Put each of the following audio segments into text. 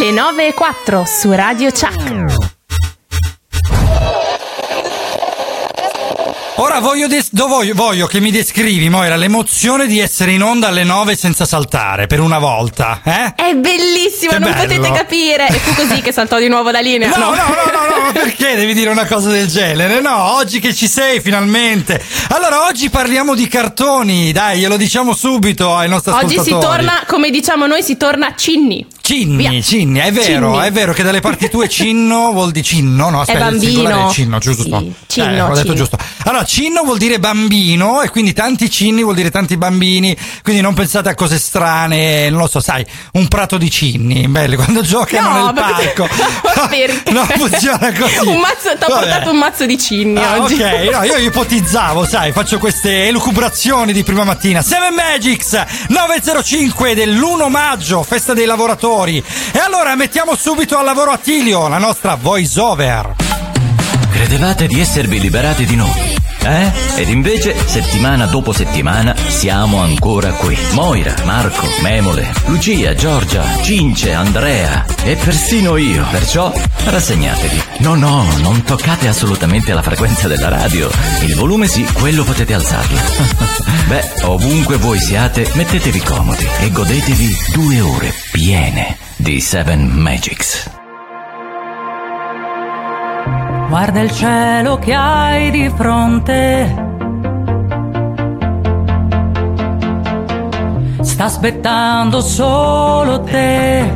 Le 9:04 su Radio Chuck. Ora voglio che mi descrivi, Moira, l'emozione di essere in onda alle 9 senza saltare, per una volta, eh? È bellissimo, Che non bello. potete capire. E fu così che saltò di nuovo la linea. No, ma perché devi dire una cosa del genere? No, oggi che ci sei finalmente. Allora, oggi parliamo di cartoni, dai, glielo diciamo subito ai nostri Oggi ascoltatori. si torna, come diciamo noi, si torna a Cinni. Cinni, è vero, Cinni. è vero che dalle parti tue cinno vuol dire cinno, no? Aspetta, bambino. il singolare è cinno, giusto? Sì, cinno, ho detto cinno. giusto. Allora, cinno vuol dire bambino e quindi tanti cinni vuol dire tanti bambini, quindi non pensate a cose strane, non lo so, sai, un prato di cinni, belli, quando giocano No, nel ma parco. perché? No, funziona così. T'ho portato un mazzo di cinni oggi. Ok, no, io ipotizzavo, sai, faccio queste elucubrazioni di prima mattina. Seven Magics 905 dell'1 maggio, festa dei lavoratori. E allora mettiamo subito al lavoro Attilio, la nostra voice over. Credevate di esservi liberati di noi, eh? Ed invece, settimana dopo settimana, siamo ancora qui. Moira, Marco, Memole, Lucia, Giorgia, Cince, Andrea e persino io. Perciò rassegnatevi. No, non toccate assolutamente la frequenza della radio. Il volume sì, quello potete alzarlo. Beh, ovunque voi siate, mettetevi comodi e godetevi 2 ore piene di Seven Magics. Guarda il cielo che hai di fronte, sta aspettando solo te.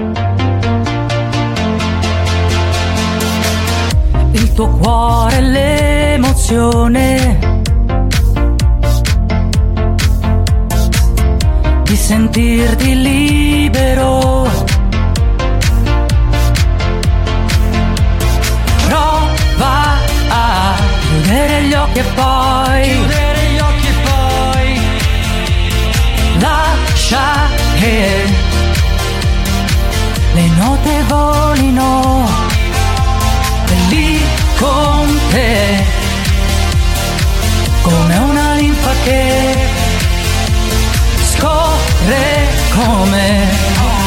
Il tuo cuore, l'emozione di sentirti libero. Prova a chiudere gli occhi e poi lascia che le note volino lì con te, come una linfa che scorre come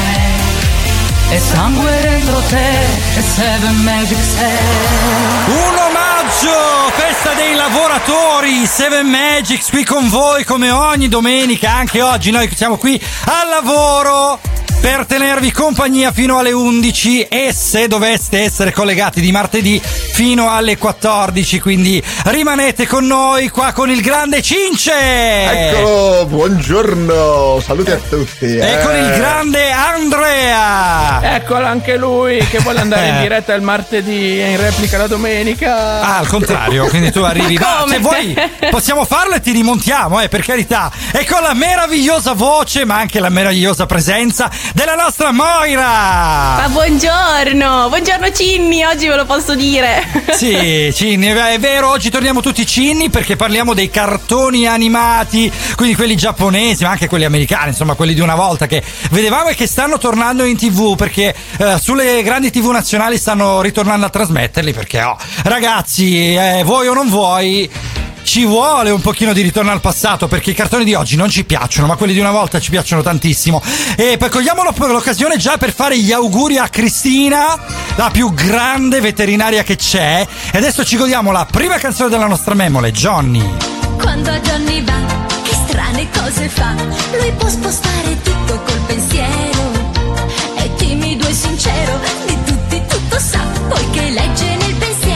e sangue dentro te, e Seven Magic sei. 1 maggio, festa dei lavoratori, Seven Magics qui con voi come ogni domenica, anche oggi noi siamo qui al lavoro per tenervi compagnia fino alle 11 e se doveste essere collegati di martedì fino alle 14, quindi rimanete con noi qua con il grande Cince. Eccolo, buongiorno, saluti a tutti. E con il grande Andrea. Eccolo anche lui che vuole andare in diretta il martedì e in replica la domenica. Ah, al contrario, quindi tu arrivi. Ma se vuoi possiamo farlo e ti rimontiamo, per carità. E con la meravigliosa voce, ma anche la meravigliosa presenza della nostra Moira. Ma buongiorno Cinni, oggi ve lo posso dire. Sì, Cinni, è vero, oggi torniamo tutti Cinni perché parliamo dei cartoni animati, quindi quelli giapponesi, ma anche quelli americani, insomma quelli di una volta che vedevamo e che stanno tornando in TV perché sulle grandi TV nazionali stanno ritornando a trasmetterli perché ragazzi, vuoi o non vuoi, ci vuole un pochino di ritorno al passato perché i cartoni di oggi non ci piacciono, ma quelli di una volta ci piacciono tantissimo. E poi cogliamo l'occasione già per fare gli auguri a Cristina, la più grande veterinaria che c'è. E adesso ci godiamo la prima canzone della nostra Memole, Johnny. Quando Johnny va, che strane cose fa. Lui può spostare tutto col pensiero. È timido e sincero, di tutti tutto sa, poiché legge nel pensiero.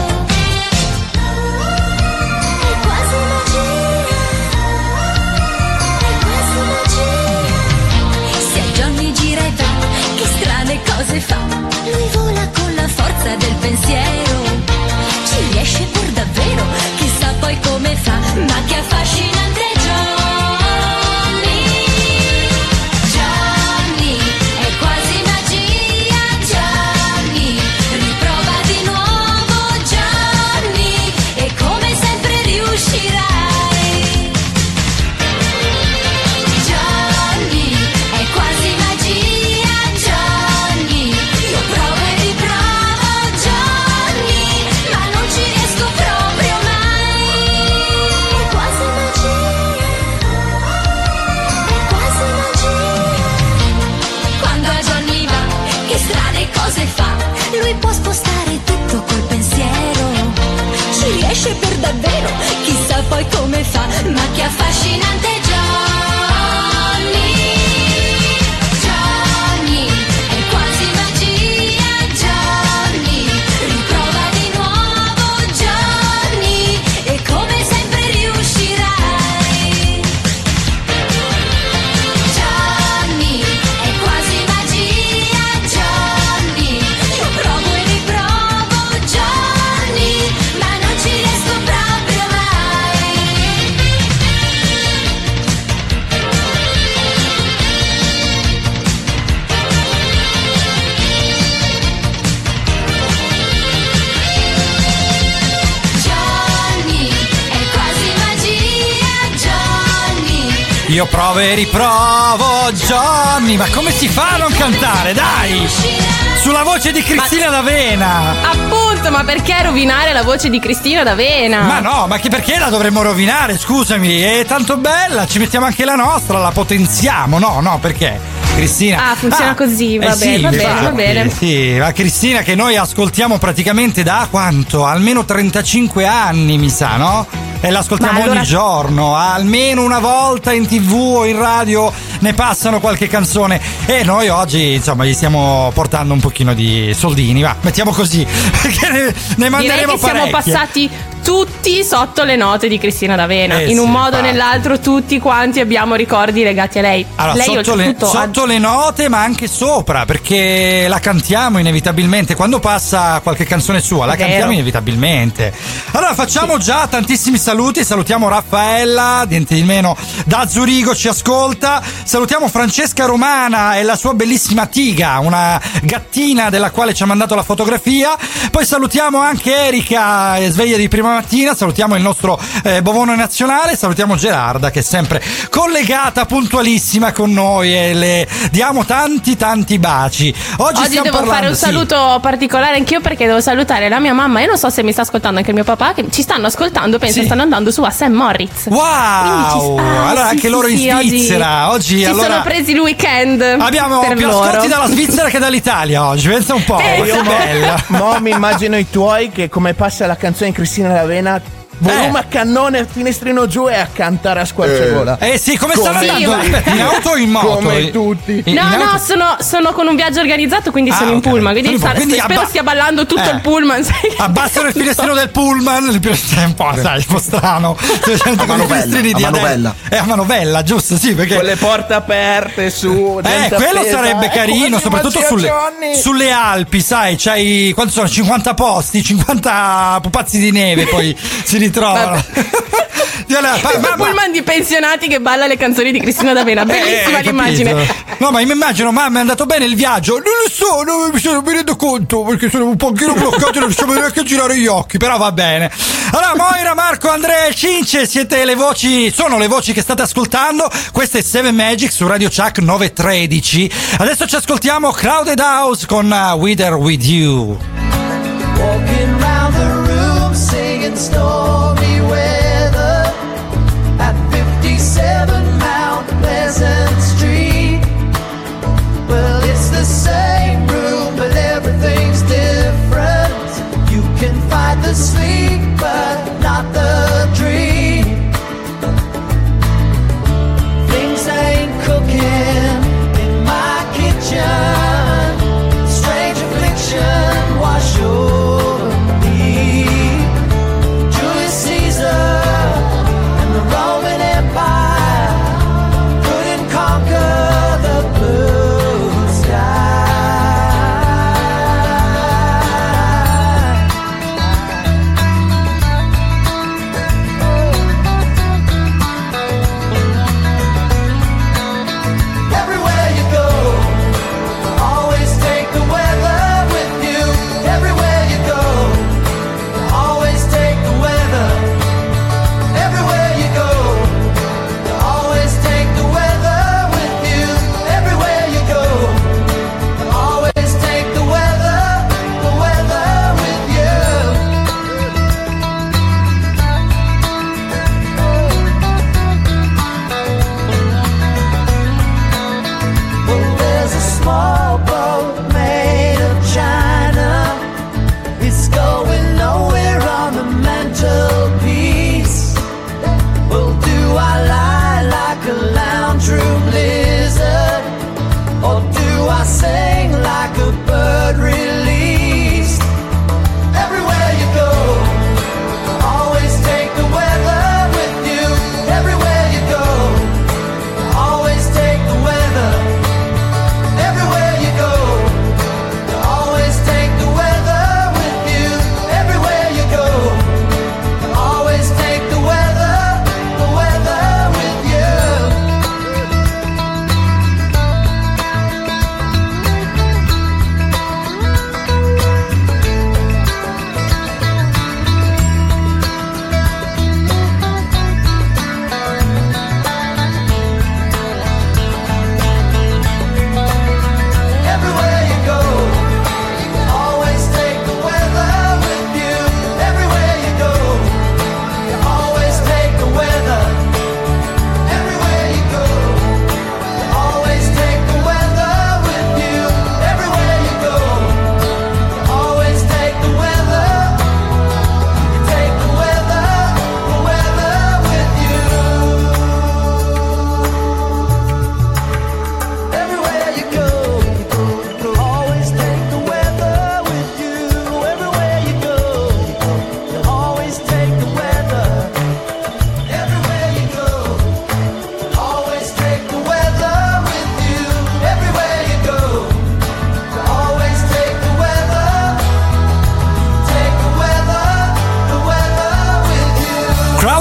Cose fa, lui vola con la forza del pensiero, ci riesce pur davvero, chissà poi come fa, ma che affascinante è Johnny. Johnny è quasi magia, Johnny riprova di davvero, chissà poi come fa, ma che affascinante Johnny. Johnny, è quasi magia, Johnny, riprova di nuovo Johnny, e come sempre riuscirai. Johnny, è quasi magia, Johnny, io provo e riprovo Johnny, ma non ci riesco proprio mai. Johnny, è quasi magia, Johnny. Io provo e riprovo Johnny. Ma come si fa a non cantare? Dai! Sulla voce di Cristina D'Avena. Appunto, ma perché rovinare la voce di Cristina D'Avena? Ma no, ma perché la dovremmo rovinare? Scusami, è tanto bella, ci mettiamo anche la nostra, la potenziamo. No, perché? Cristina. Ah, funziona così, va bene, sì, va bene, infatti, va bene. Sì, ma Cristina che noi ascoltiamo praticamente da quanto? Almeno 35 anni, mi sa, no? E l'ascoltiamo Ma allora- ogni giorno, almeno una volta in TV o in radio ne passano qualche canzone e noi oggi insomma gli stiamo portando un pochino di soldini, va, mettiamo così, perché ne Direi manderemo che siamo parecchie. passati tutti sotto le note di Cristina D'Avena. In un sì, modo o infatti. nell'altro tutti quanti abbiamo ricordi legati a lei. Allora, Lei oltretutto sotto le note, ma anche sopra, perché la cantiamo inevitabilmente. Quando passa qualche canzone sua, la È vero. cantiamo inevitabilmente. Allora, facciamo già tantissimi saluti. Salutiamo Raffaella, niente di meno, da Zurigo ci ascolta. Salutiamo Francesca Romana e la sua bellissima Tiga, una gattina della quale ci ha mandato la fotografia. Poi salutiamo anche Erika, sveglia di prima mattina. Salutiamo il nostro bovone nazionale. Salutiamo Gerarda, che è sempre collegata, puntualissima con noi, e le diamo tanti baci. Oggi stiamo devo parlando, fare un sì. saluto particolare anch'io, perché devo salutare la mia mamma e non so se mi sta ascoltando anche il mio papà, che ci stanno ascoltando, penso Sì. stanno andando su a St. Moritz. Wow! Allora sì, anche sì, loro in sì, Svizzera. Oggi si allora sono presi il weekend. abbiamo per più loro. ascolti dalla Svizzera che dall'Italia oggi. Pensa un po', Io che bella. Mo mi immagino i tuoi che come passa la canzone di Cristina D'Avena, volume a cannone, finestrino giù e a cantare a squarciagola. Sì, come stanno Sì, andando? ma- Aspetta, in auto o in moto? Come tutti. In No, auto? sono con un viaggio organizzato, quindi sono in ok. pullman. Quindi, Sono in pullman, quindi spero stia ballando tutto il pullman. sai? Abbassano il finestrino del pullman, è un po', sai, un po' strano. A manovella. È a manovella, giusto? Sì, perché Con le porte aperte su. gente quello appesa. sarebbe Ecco, carino, così, soprattutto Mazzia sulle, Johnny. sulle Alpi, sai, c'hai quanto sono? 50 posti, 50 pupazzi di neve, poi si ritrovano. Un pullman di pensionati che balla le canzoni di Cristina D'Avena. Bellissima capito? l'immagine. No, ma mi immagino, mamma, è andato bene il viaggio? Non lo so, non mi rendo conto, perché sono un pochino bloccato e non riusciamo neanche a girare gli occhi, però va bene. Allora, Moira, Marco, Andrea e Cince, siete le voci, sono le voci che state ascoltando. Questa è Seven Magic su Radio Chuck 913. Adesso ci ascoltiamo Crowded House con With or With You. Walking round the room singing stormy weather at 57 Mount Pleasant Street. Well, it's the same room, but everything's different. You can find the sleep, but not the dream. Things ain't cooking in my kitchen. Strange affliction wash over me. Julius Caesar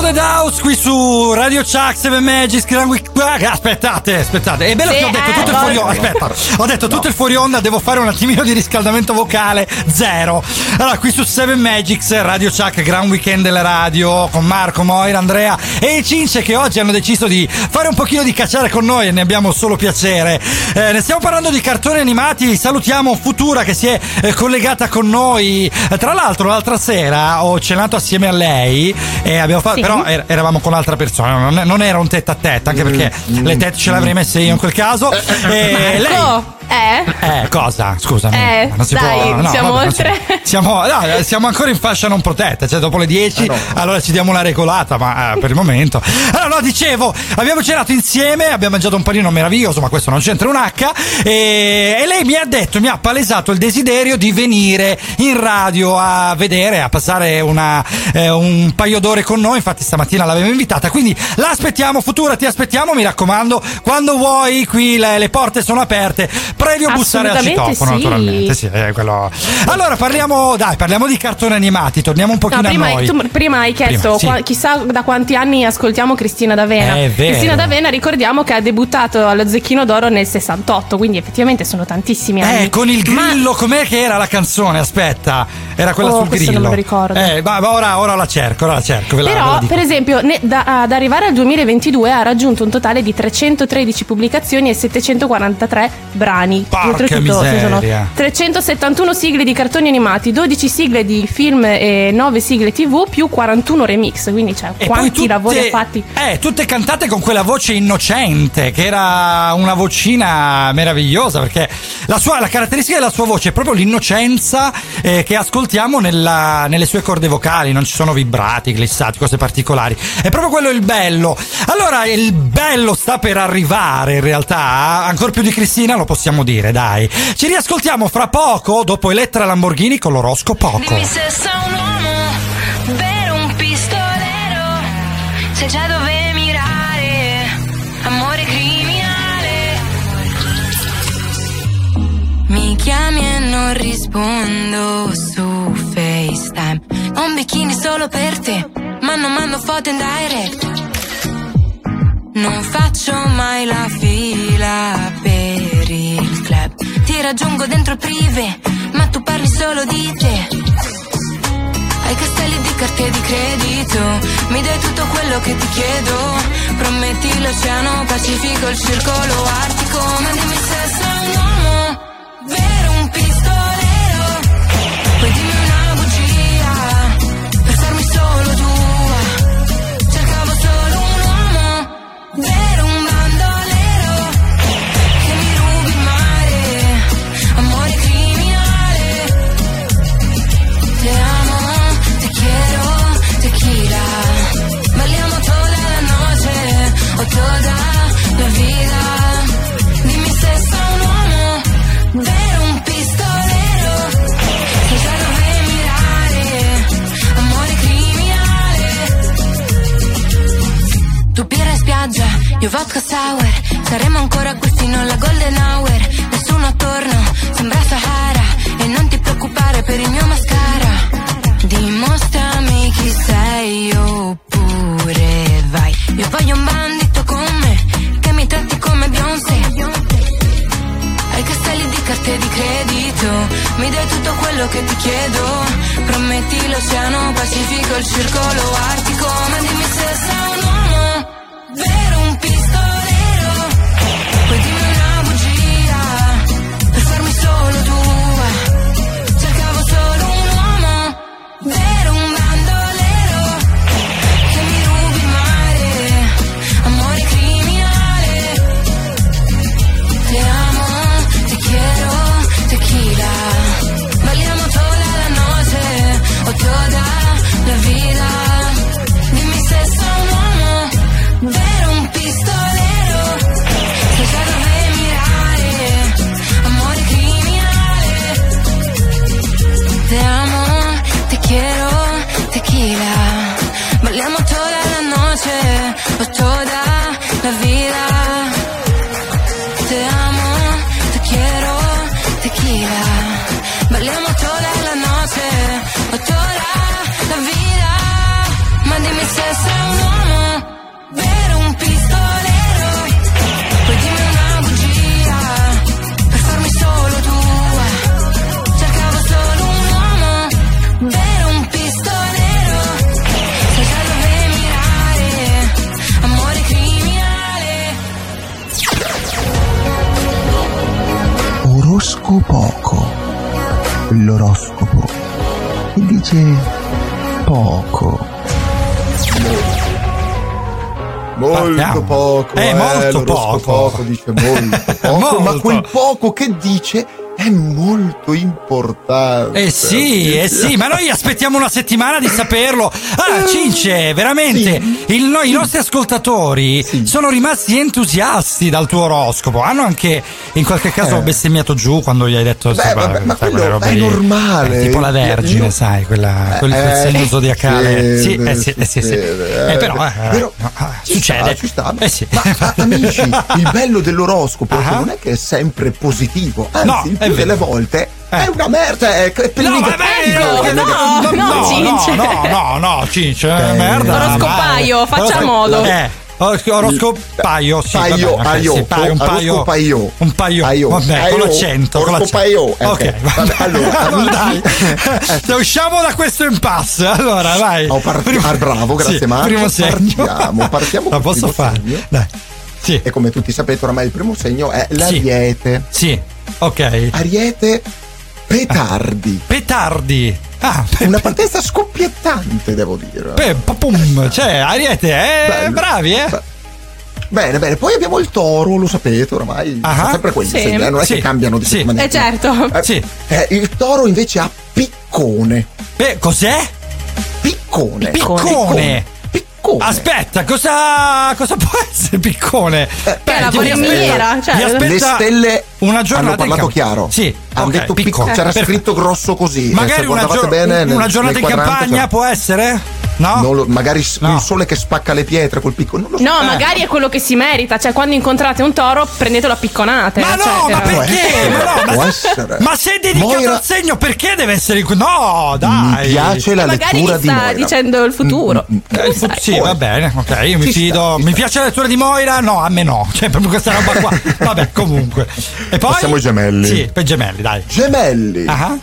the House qui su Radio Chuck 7 Magic. Aspettate. È bello che ho detto tutto il fuori onda. Aspetta, ho detto tutto il fuori onda, devo fare un attimino di riscaldamento vocale. Zero. Allora, qui su 7 Magics, Radio Chuck, gran weekend della radio, con Marco, Moira, Andrea e i Cince, che oggi hanno deciso di fare un pochino di cacciare con noi e ne abbiamo solo piacere. Ne stiamo parlando di cartoni animati. Salutiamo Futura che si è collegata con noi. Tra l'altro l'altra sera ho cenato assieme a lei e abbiamo fatto, però eravamo con un'altra persona, non era un tête a tête, anche perché le tette ce l'avrei messe io in quel caso. E lei cosa? Scusami. Non si dai, può, no, siamo vabbè, oltre. Siamo ancora in fascia non protetta, cioè dopo le 10 allora ci diamo una regolata, ma per il momento. Allora, no, dicevo, abbiamo cenato insieme, abbiamo mangiato un panino meraviglioso, ma questo non c'entra un H, e lei mi ha palesato il desiderio di venire in radio a vedere, a passare un paio d'ore con noi. Infatti stamattina l'avevo invitata, quindi la aspettiamo. Futura, ti aspettiamo, mi raccomando, quando vuoi, qui le porte sono aperte, previo bussare al citofono, naturalmente. Sì, quello. Allora parliamo di cartoni animati, torniamo un pochino a noi. Tu prima hai chiesto chissà da quanti anni ascoltiamo Cristina D'Avena. È vero. Cristina D'Avena, ricordiamo che ha debuttato allo Zecchino d'Oro nel 68, quindi effettivamente sono tantissimi anni. Con il grillo, com'è che era la canzone? Aspetta, era quella sul grillo. Non me lo ricordo. Ora la cerco. Però, per esempio, ad arrivare al 2022 ha raggiunto un totale di 313 pubblicazioni e 743 brani. Porca miseria. Sono 371 sigle di cartoni animati, 12 sigle di film e 9 sigle TV, più 41 remix. Quindi quanti lavori ha fatti? Tutte cantate con quella voce innocente, che era una vocina meravigliosa, perché la caratteristica della sua voce è proprio l'innocenza che ascoltiamo nelle sue corde vocali. Non ci sono vibrati, glissati, cose particolari. È proprio quello il bello. Allora, il bello sta per arrivare, in realtà, ancora più di Cristina, lo possiamo dire, dai. Ci riascoltiamo fra poco, dopo Elettra Lamborghini con l'oroscopo. Dimmi se sei un uomo, vero un pistolero, sai già dove mirare, amore criminale. Mi chiami e non rispondo su FaceTime, ho un bikini solo per te, ma non mando foto in direct. Non faccio mai la fila per il club, ti raggiungo dentro il privé, ma tu parli solo di te. Hai castelli di carte di credito, mi dai tutto quello che ti chiedo. Prometti l'oceano Pacifico, il circolo artico, ma dimmi se sei un uomo, vero un pistolero. Poi dimmi una bugia, per farmi solo tua. Cercavo solo un uomo, vero un bandolero, che mi rubi il mare, amore criminale. Te amo, te quiero, tequila, balliamo toda la noche o toda la vida. Dimmi se sei un uomo, vero un pistolero, che già dove mirare, amore criminale. Tu birra in spiaggia, io vodka sour, saremo ancora qui fino alla golden hour. Nessuno attorno, sembra Sahara, e non ti preoccupare per il mio mascara. Dimostrami chi sei oppure vai. Io voglio un bandito con me, che mi tratti come Beyoncé. Hai castelli di carte di credito, mi dai tutto quello che ti chiedo. Prometti l'oceano Pacifico, il circolo artico, ma dimmi se sei un uomo, vero un pistolero. Poi dimmi una bugia, per farmi solo tua. Cercavo solo un uomo, vero un bandolero, che mi rubi il mare, amore criminale. Te amo, te quiero, tequila, balliamo toda la noche o toda la vida. Dimmi se sei un uomo, vero un pistolero, che già dove mirare, amore criminale. Te amo, te quiero, tequila, balliamo toda la noche o toda la vida. Te amo, te quiero, tequila, balliamo toda la noche o toda la vida. Ma dimmi se sei un poco. L'oroscopo mi dice poco. Molto poco. Molto poco. Dice molto poco, ma quel poco che dice è molto importante. Sì, ma noi aspettiamo una settimana di saperlo. Allora, Cince, veramente, i nostri ascoltatori sono rimasti entusiasti dal tuo oroscopo. Hanno anche in qualche caso bestemmiato giù quando gli hai detto ma quello è normale. Tipo la Vergine, sai, quel segno zodiacale. Sì. Però succede. Ci sta. Sì. Ma amici, il bello dell'oroscopo è che non è che è sempre positivo, anzi, il più delle volte è una merda, è per il negativo. No, Cince, merda. Oroscopaio, faccia modo. Oroscopaio, sì. Un paio. Vabbè, con l'accento. Ok, allora, usciamo da questo impasse. Allora, vai. Bravo, grazie Marco. Primo segno. Partiamo. La posso fare? Dai. Sì. E come tutti sapete, oramai il primo segno è l'Ariete. Sì. Ok. Ariete, petardi. Una partenza scoppiettante, devo dire. Cioè, Ariete, bravi, Bene, poi abbiamo il Toro, lo sapete oramai, sono sempre quelli, non è che cambiano di settimana. Certo. Il Toro invece ha piccone. Cos'è? Piccone. Aspetta, cosa può essere piccone? La miniera, le stelle una giornata hanno parlato chiaro. Sì, hanno detto piccone. C'era scritto grosso così. Magari una giornata in campagna può essere? No? Magari il sole che spacca le pietre col piccone. Non lo so. No, magari è quello che si merita. Cioè, quando incontrate un toro, prendetelo a picconate. Ma ma perché? Può essere. Ma se è dedicato al segno, perché deve essere? No, dai. Mi piace la lettura di Moira. Magari sta dicendo il futuro. Sì, va bene, ok, io mi fido. Mi piace la lettura di Moira? No, a me no. Cioè, proprio questa roba qua. Vabbè, comunque. E poi? Passiamo ai gemelli. Sì, per gemelli, dai. Gemelli.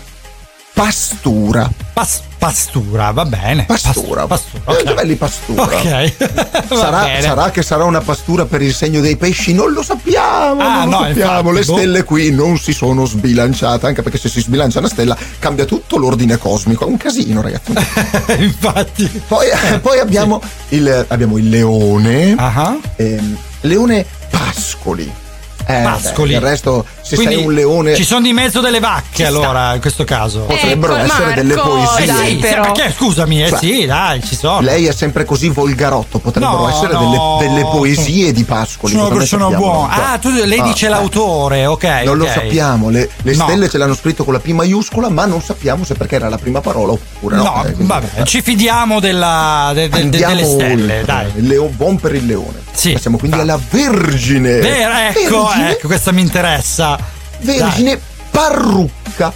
Pastura. Pastura, va bene. Pastura. Okay. Gemelli pastura. Ok. sarà che sarà una pastura per il segno dei pesci? Non lo sappiamo. Infatti, le stelle qui non si sono sbilanciate, anche perché se si sbilancia una stella cambia tutto l'ordine cosmico. È un casino, ragazzi. Infatti. Poi abbiamo il leone. Leone Pascoli. Pascoli. Del resto, se quindi sei un leone, ci sono di mezzo delle vacche, allora in questo caso potrebbero essere delle poesie. Dai, perché scusami, sì, dai, ci sono. Lei è sempre così volgarotto, potrebbero essere delle poesie di Pascoli. Sono buono. Lei dice l'autore, ok. Non lo sappiamo, le stelle ce l'hanno scritto con la P maiuscola, ma non sappiamo se perché era la prima parola oppure no. Vabbè, ci fidiamo delle stelle, dai. Buon per il leone. Sì. Passiamo quindi alla Vergine. Ecco, questa mi interessa. Vergine, parrucca.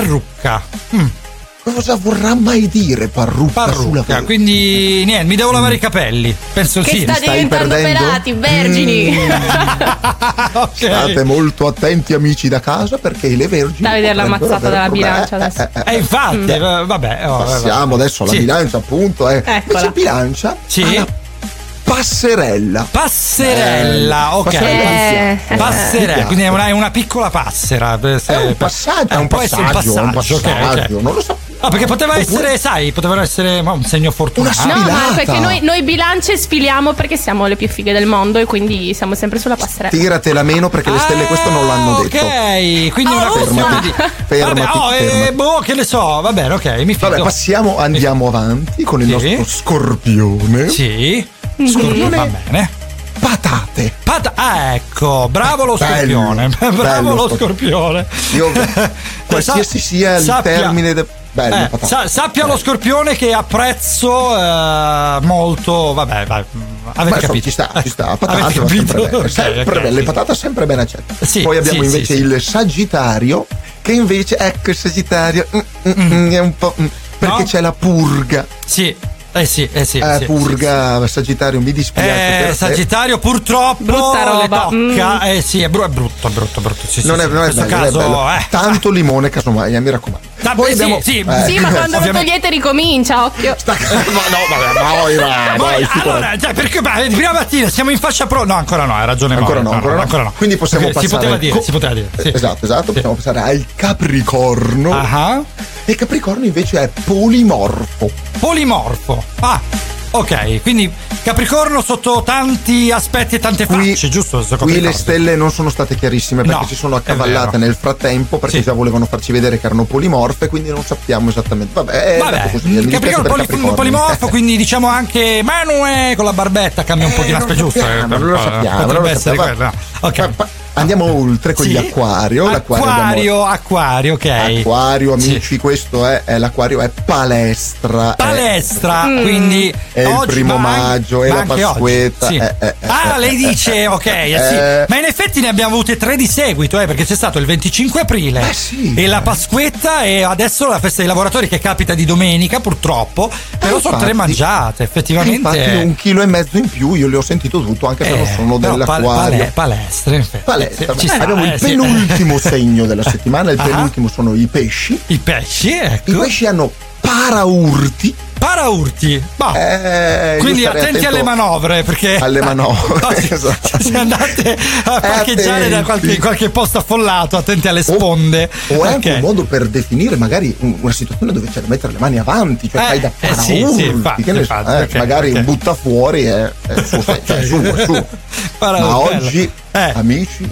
Cosa vorrà mai dire parrucca sulla Vergine? Quindi niente, mi devo lavare i capelli. Penso che sta diventando pelati, vergini. Okay. State molto attenti, amici da casa, perché le vergini da vedere la mazzata della bilancia adesso. Infatti, vabbè. Passiamo adesso alla bilancia, appunto. Invece bilancia. Sì. Passerella, ok. Passerella, quindi è una piccola passera. È un passaggio, okay. Non lo so. Perché potevano essere un segno fortunato. No, ma perché noi bilance sfiliamo perché siamo le più fighe del mondo e quindi siamo sempre sulla passerella. Tiratela meno perché le stelle questo non l'hanno detto. Ok, quindi una fermati. Che ne so, va bene, ok, mi fido. Vabbè, andiamo avanti con il nostro scorpione. Sì. Scorpione, va bene. Patate. Ecco, bravo lo scorpione. Bravo lo scorpione. Qualsiasi sia il termine bello, sappia lo scorpione che apprezzo molto. Vabbè, avete capito? Ci sta. Patate sempre belle. Le patate sempre ben accette. Poi abbiamo invece il Sagittario, che invece ecco il Sagittario è un po' perché c'è la purga. Sì. Purga, Sagittario, mi dispiace. Sagittario, purtroppo brutta roba. Tocca. Sì, è brutto. Non è bello. Tanto limone, casomai, mi raccomando. Poi abbiamo... Sì, ma quando lo togliete ricomincia, occhio. Allora, perché di prima mattina siamo in fascia pro. No, ancora no, hai ragione. Ancora no. Quindi possiamo passare. Si poteva dire. Sì. Esatto. Possiamo passare al Capricorno. E il Capricorno invece è polimorfo. Ah. Ok, quindi Capricorno sotto tanti aspetti e tante facce, giusto? Qui le stelle non sono state chiarissime perché si sono accavallate nel frattempo perché già volevano farci vedere che erano polimorfe, quindi non sappiamo esattamente. Vabbè, così, il Capricorno polimorfo, quindi diciamo anche Manue con la barbetta cambia un pochino l'aspetto, giusto? Non lo sappiamo. Potrebbe essere quello. Ok. Andiamo oltre con gli acquario. Acquario, ok. Acquario, amici, questo è l'acquario, è palestra. Quindi è il primo maggio, è la Pasquetta. Lei dice, ok, ma in effetti ne abbiamo avute 3 di seguito, perché c'è stato il 25 aprile e la Pasquetta e adesso la festa dei lavoratori che capita di domenica, purtroppo, però sono 3 mangiate, effettivamente. Infatti 1,5 chili in più, io le ho sentito tutto, anche se non sono dell'acquario. Palestre, infatti. Abbiamo il penultimo segno della settimana. Il penultimo sono i pesci. I pesci hanno paraurti. Quindi attenti alle manovre, perché alle manovre se andate a parcheggiare da qualche posto affollato, attenti alle sponde. O è anche un modo per definire magari una situazione dove c'è da mettere le mani avanti, cioè fai da paraurti, magari un butta fuori è su. Ma oggi amici,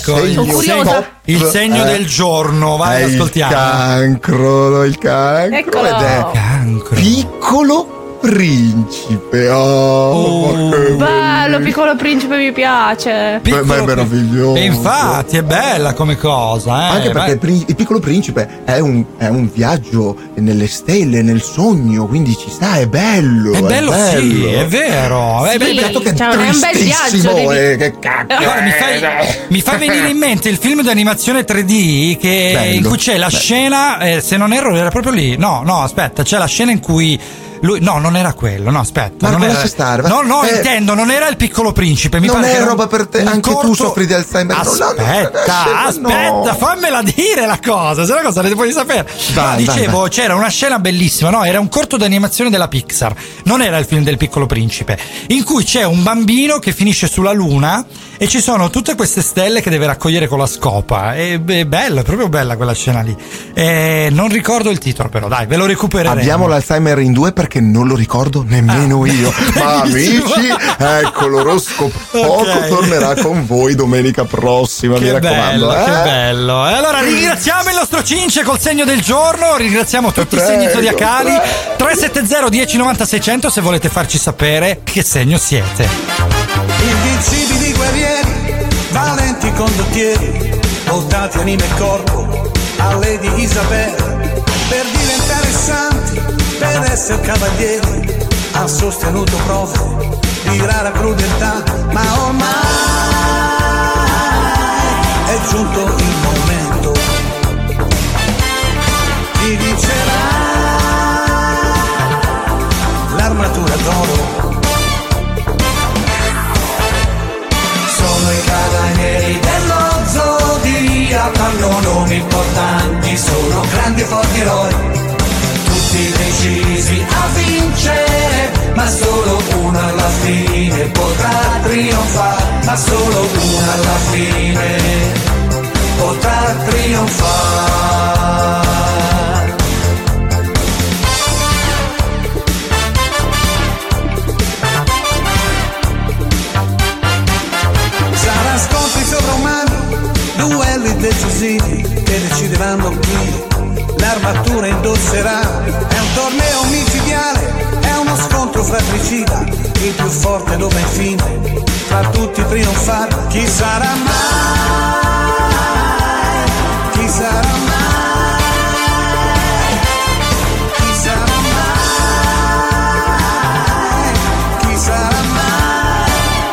il segno del giorno, vai, ascoltiamo. Il cancro ed è Piccolo Principe. Bello, Piccolo Principe, mi piace. Ma è meraviglioso. E infatti è bella come cosa, anche perché il Piccolo Principe è un viaggio nelle stelle, nel sogno, quindi ci sta, è bello. È bello. Sì, è vero. È bello che è un bel viaggio. Che cacchio. Mi fa venire in mente il film di animazione 3D in cui c'è la scena, se non erro era proprio lì. No, aspetta, c'è la scena in cui non era quello, aspetta. Ma non era stare. Intendo, non era il Piccolo Principe. Non è roba per te, anche tu soffri di Alzheimer. Aspetta, fammela dire la cosa, se la cosa ne puoi sapere. Dicevo, c'era una scena bellissima, era un corto d'animazione della Pixar, non era il film del Piccolo Principe, in cui c'è un bambino che finisce sulla luna e ci sono tutte queste stelle che deve raccogliere con la scopa. È bella, è proprio bella quella scena lì. Non ricordo il titolo, però dai, ve lo recupereremo. Abbiamo l'Alzheimer in 2 perché non lo ricordo nemmeno io. Ma amici, ecco, l'oroscopo poco tornerà con voi domenica prossima, mi raccomando. Che bello. E allora ringraziamo il nostro Cince col segno del giorno, ringraziamo tutti i segni zodiacali. 370 1090 600 se volete farci sapere che segno siete. Invincibili guerrieri, valenti condottieri, voltati anima e corpo a Lady Isabella, per diventare santi, per essere cavalieri, ha sostenuto prove di rara crudeltà, ma ormai è giunto il momento, chi vincerà l'armatura d'oro. Sono i cavalieri dello zodiaco, hanno nomi importanti, sono grandi e forti eroi, tutti decisi a vincere, ma solo uno alla fine potrà trionfare, ma solo uno alla fine potrà trionfare. Sarà scontri sovrumani, duelli decisivi che decideranno qui l'armatura indosserà. È un torneo micidiale, è uno scontro fratricida, il più forte dovrà infine tra tutti trionfare. Chi sarà mai? Chi sarà mai? Chi sarà mai? Chi sarà mai?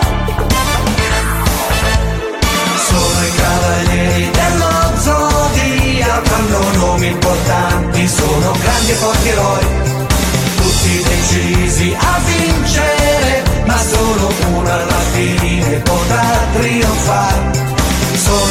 Sono i cavalieri dello zodiaco, hanno nomi importanti, sono grandi e forti eroi, tutti decisi a vincere, ma solo uno alla fine potrà trionfare. Sono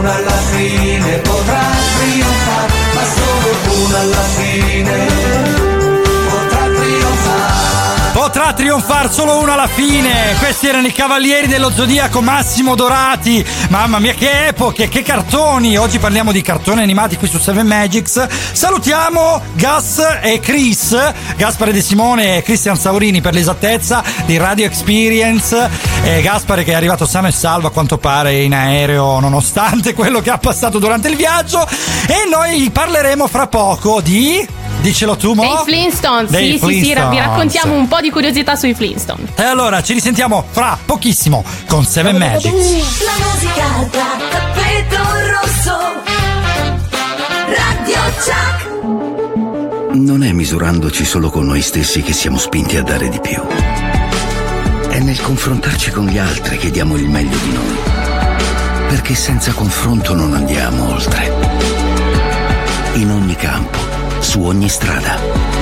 una alla fine potrà trionfare, ma solo una alla fine potrà trionfare. Potrà trionfare solo uno alla fine. Questi erano i Cavalieri dello Zodiaco, Massimo Dorati. Mamma mia, che epoche, che cartoni. Oggi parliamo di cartoni animati qui su 7 Magics. Salutiamo Gus e Chris, Gaspare De Simone e Cristian Saurini per l'esattezza di Radio Experience. Gaspare che è arrivato sano e salvo a quanto pare in aereo nonostante quello che ha passato durante il viaggio. E noi parleremo fra poco di... Dicelo tu, mo? Dei Flintstones. Sì, vi raccontiamo un po' di curiosità sui Flintstones. E allora ci risentiamo fra pochissimo con 7 Magics. La musica da tappeto rosso. Radio Chuck. Non è misurandoci solo con noi stessi che siamo spinti a dare di più. È nel confrontarci con gli altri che diamo il meglio di noi. Perché senza confronto non andiamo oltre. In ogni campo, su ogni strada.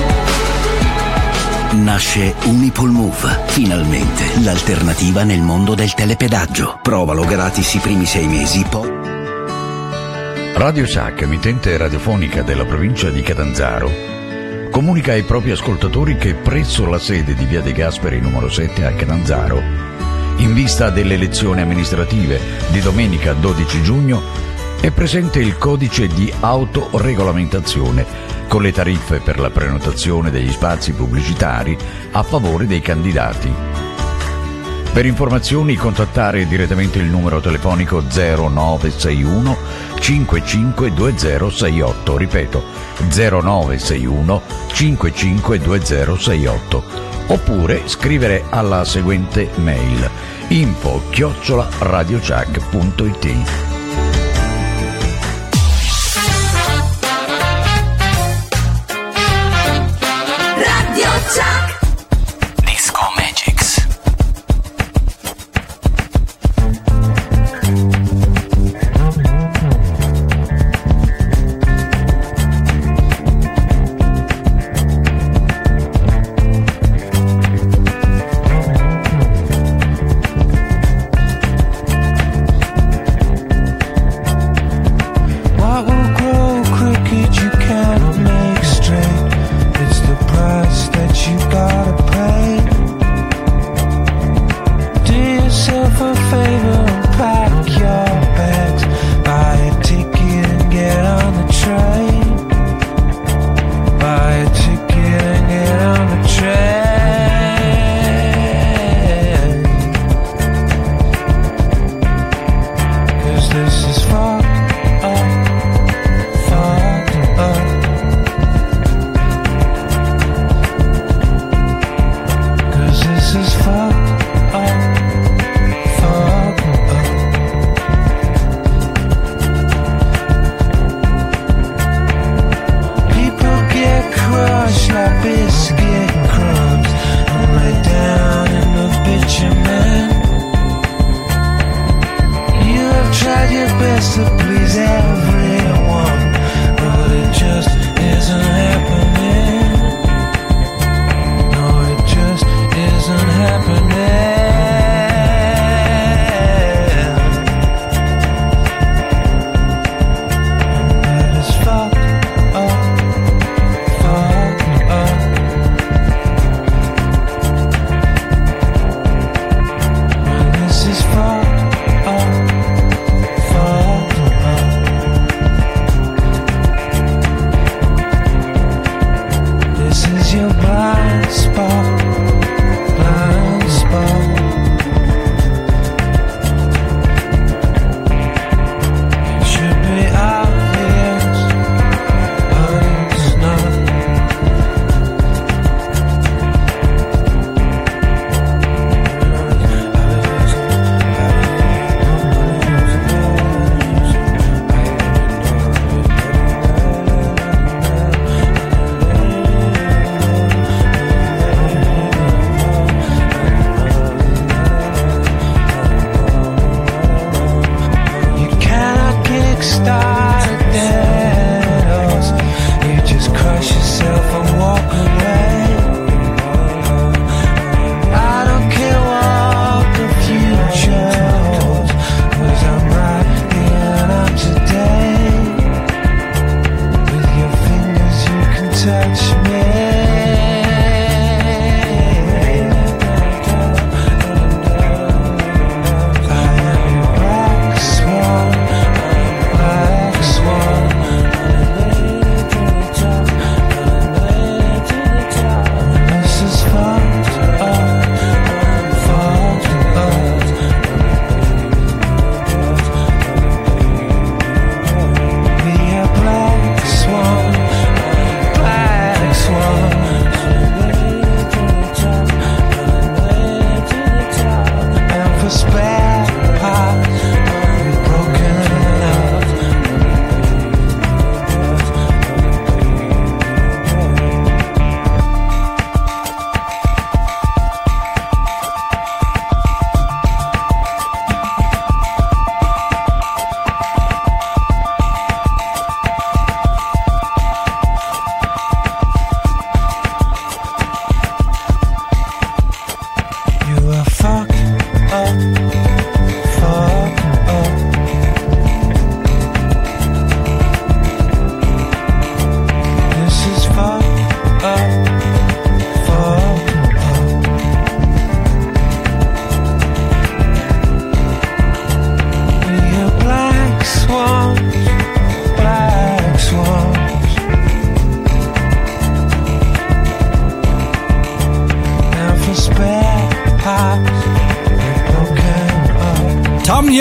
Nasce Unipol-Move, finalmente l'alternativa nel mondo del telepedaggio. Provalo gratis i primi 6 mesi, poi... Radio Chuck, emittente radiofonica della provincia di Catanzaro, comunica ai propri ascoltatori che presso la sede di Via De Gasperi numero 7 a Catanzaro, in vista delle elezioni amministrative di domenica 12 giugno, è presente il codice di autoregolamentazione con le tariffe per la prenotazione degli spazi pubblicitari a favore dei candidati. Per informazioni contattare direttamente il numero telefonico 0961 552068, ripeto 0961 552068, oppure scrivere alla seguente mail info@radiochuck.it. Disco Magics. What will grow crooked you can't make straight. It's the price that you gotta pay. Do yourself a favor and pack your bags. Buy a ticket and get on the train. Buy a ticket and get on the train. 'Cause this is fucked up, fucked up. 'Cause this is fucked up, fucked up. People get crushed like biscuit crumbs and lay down in the bitumen. You have tried your best to please everyone, but it just isn't happening. No, it just isn't happening. And that is fucked up, fucked up. And this is fucked up, fucked up.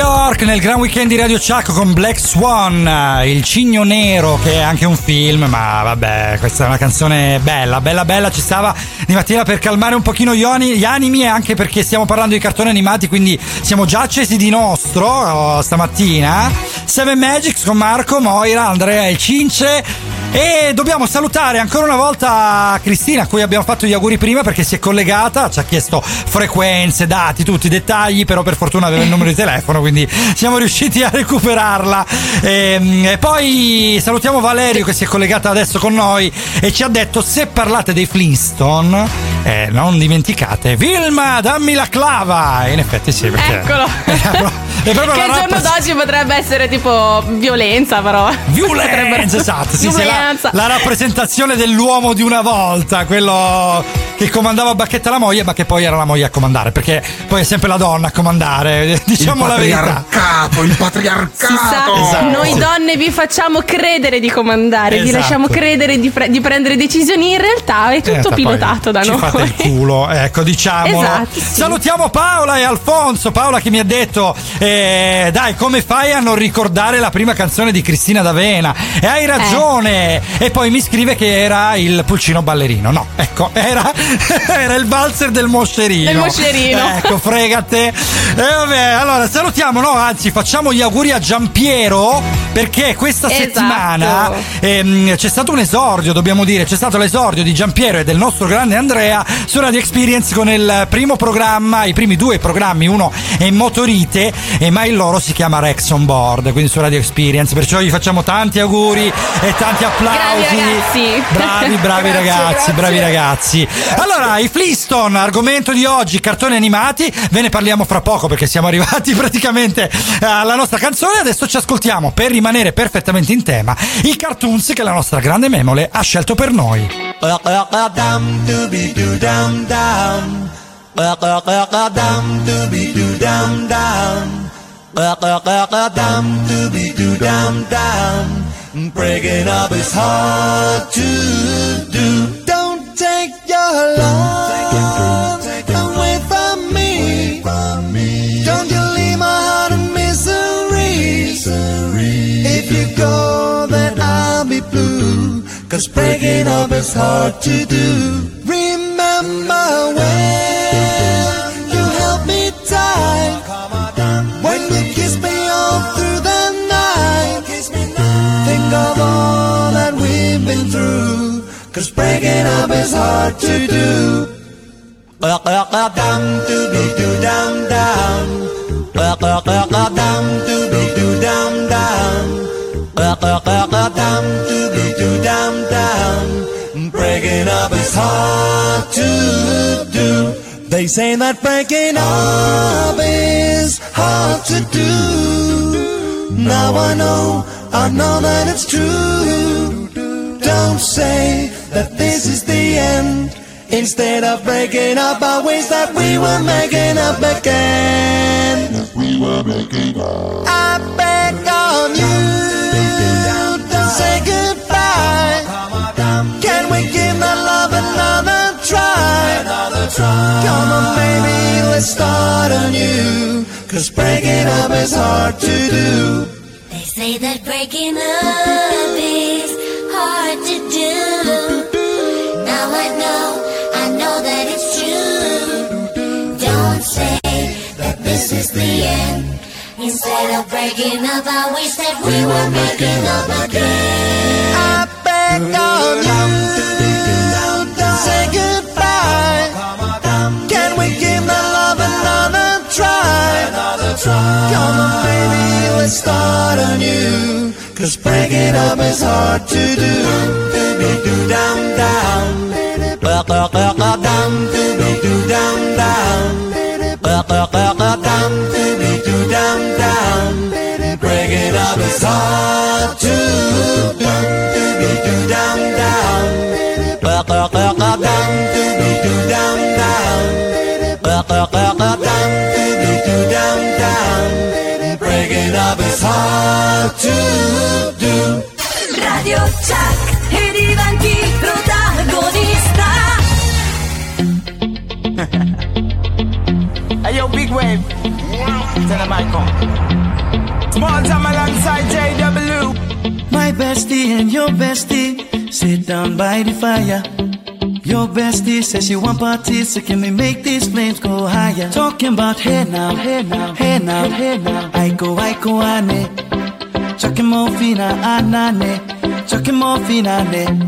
York nel Gran Weekend di Radio Chuck con Black Swan, il cigno nero, che è anche un film, ma vabbè, questa è una canzone bella, ci stava di mattina per calmare un pochino gli animi, e anche perché stiamo parlando di cartoni animati, quindi siamo già accesi di nostro stamattina. Seven Magics con Marco, Moira, Andrea e Cince. E dobbiamo salutare ancora una volta Cristina, a cui abbiamo fatto gli auguri prima perché si è collegata, ci ha chiesto frequenze, dati, tutti i dettagli, però per fortuna aveva il numero di telefono, quindi siamo riusciti a recuperarla. E poi salutiamo Valerio, che si è collegata adesso con noi e ci ha detto: se parlate dei Flintstone, non dimenticate Vilma, dammi la clava. E in effetti sì, perché eccolo. È proprio che il giorno d'oggi potrebbe essere tipo violenza, però violenza, esatto, sì, la rappresentazione dell'uomo di una volta, quello che comandava a bacchetta la moglie, ma che poi era la moglie a comandare, perché poi è sempre la donna a comandare, diciamo la verità. Il patriarcato. Si sa, esatto. Noi donne vi facciamo credere di comandare, vi lasciamo credere di prendere decisioni, in realtà è tutto pilotato da noi. Ci fate il culo, ecco, diciamolo. Esatto, sì. Salutiamo Paola e Alfonso. Paola che mi ha detto dai, come fai a non ricordare la prima canzone di Cristina D'Avena? E hai ragione. E poi mi scrive che era il pulcino ballerino. No, ecco, era il valzer del moscerino. Ecco, fregate. Vabbè, allora salutiamo, no, anzi facciamo gli auguri a Giampiero, perché questa settimana c'è stato un esordio, dobbiamo dire, c'è stato l'esordio di Giampiero e del nostro grande Andrea su Radio Experience con il primo programma, i primi 2 programmi, uno è Motorite, ma il loro si chiama Rex on Board, quindi su Radio Experience, perciò gli facciamo tanti auguri e tanti applausi. Bravi ragazzi. Allora, i Flintstone, argomento di oggi, cartoni animati, ve ne parliamo fra poco perché siamo arrivati praticamente alla nostra canzone. Adesso ci ascoltiamo, per rimanere perfettamente in tema, i cartoons che la nostra grande Memole ha scelto per noi. Breaking up is hard to do. Don't take your love away from me. Don't you leave my heart in misery. If you go, then I'll be blue. 'Cause breaking up is hard to do. Remember when you held me tight, when you kissed me all through the night. Think of all that we've been through, 'cause breaking up is hard to do. Dum dooby doo dum dum. Dum dooby doo dum dum. Dum dooby doo dum dum. Breaking up is hard to do. They say that breaking up is hard to do. Now I know that it's true. Don't say that this is the end. Instead of breaking up, I wish that we were making up again. I beg of you, don't say goodbye. Can we give that love another try? Come on baby, let's start anew. 'Cause breaking up is hard to do. They say that breaking up is hard to do. Now I know that it's true. Don't say that this is the end. Instead of breaking up, I wish that we were making up again. I beg of you, don't say goodbye. Can we give that love another try? Come on baby, let's start anew. 'Cause breaking up is hard to do. Dooby-doo dum dum. Dum dooby-doo dum dum. Dum dooby-doo dum dum. Breaking up is hard to do. Dooby-doo dum dum. Dum dooby-doo dum dum. Dum dooby-doo dum dum. Breaking up is hard to do. Radio Chuck e diventi protagonista. Hey yo, Big Wave. Tell them I come. Small time alongside JW. My bestie and your bestie sit down by the fire. Your bestie says she want parties, so can we make these flames go higher? Talking about hey now, hey now, hey now, hey now. I go, ane. Chucking more fina, anane. Chucking more fina, ane.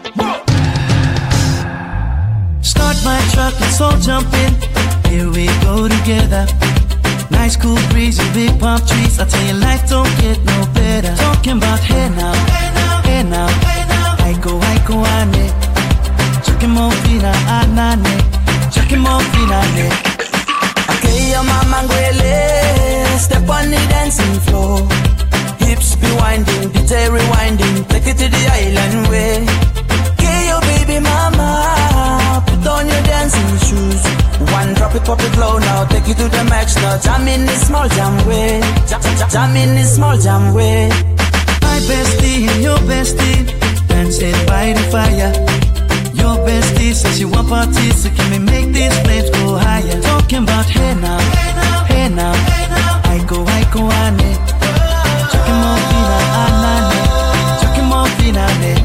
Start my truck, let's all jump in. Here we go together. Nice cool breeze and big palm trees. I tell you, life don't get no better. Talking about hey now, hey now, hey now, hey now. I go, ane. Chucking more fina, anane. Chucking more fina, ane. Okay, your mama ngwele. Step on the dancing floor. Hips be winding, detail rewinding. Take it to the island way. Okay, your baby mama. Put on your dancing shoes. One drop it, pop it low now. Take it to the max now. Jam in this small jam way. Jam in this small jam way. My bestie and your bestie dancing by the fire. Your bestie says she want parties, so can we make these flames go higher? Talking about hey now, hey now, hey now, hey now. I go, ane. Chucking more fina, anane. Chucking more fina, ane.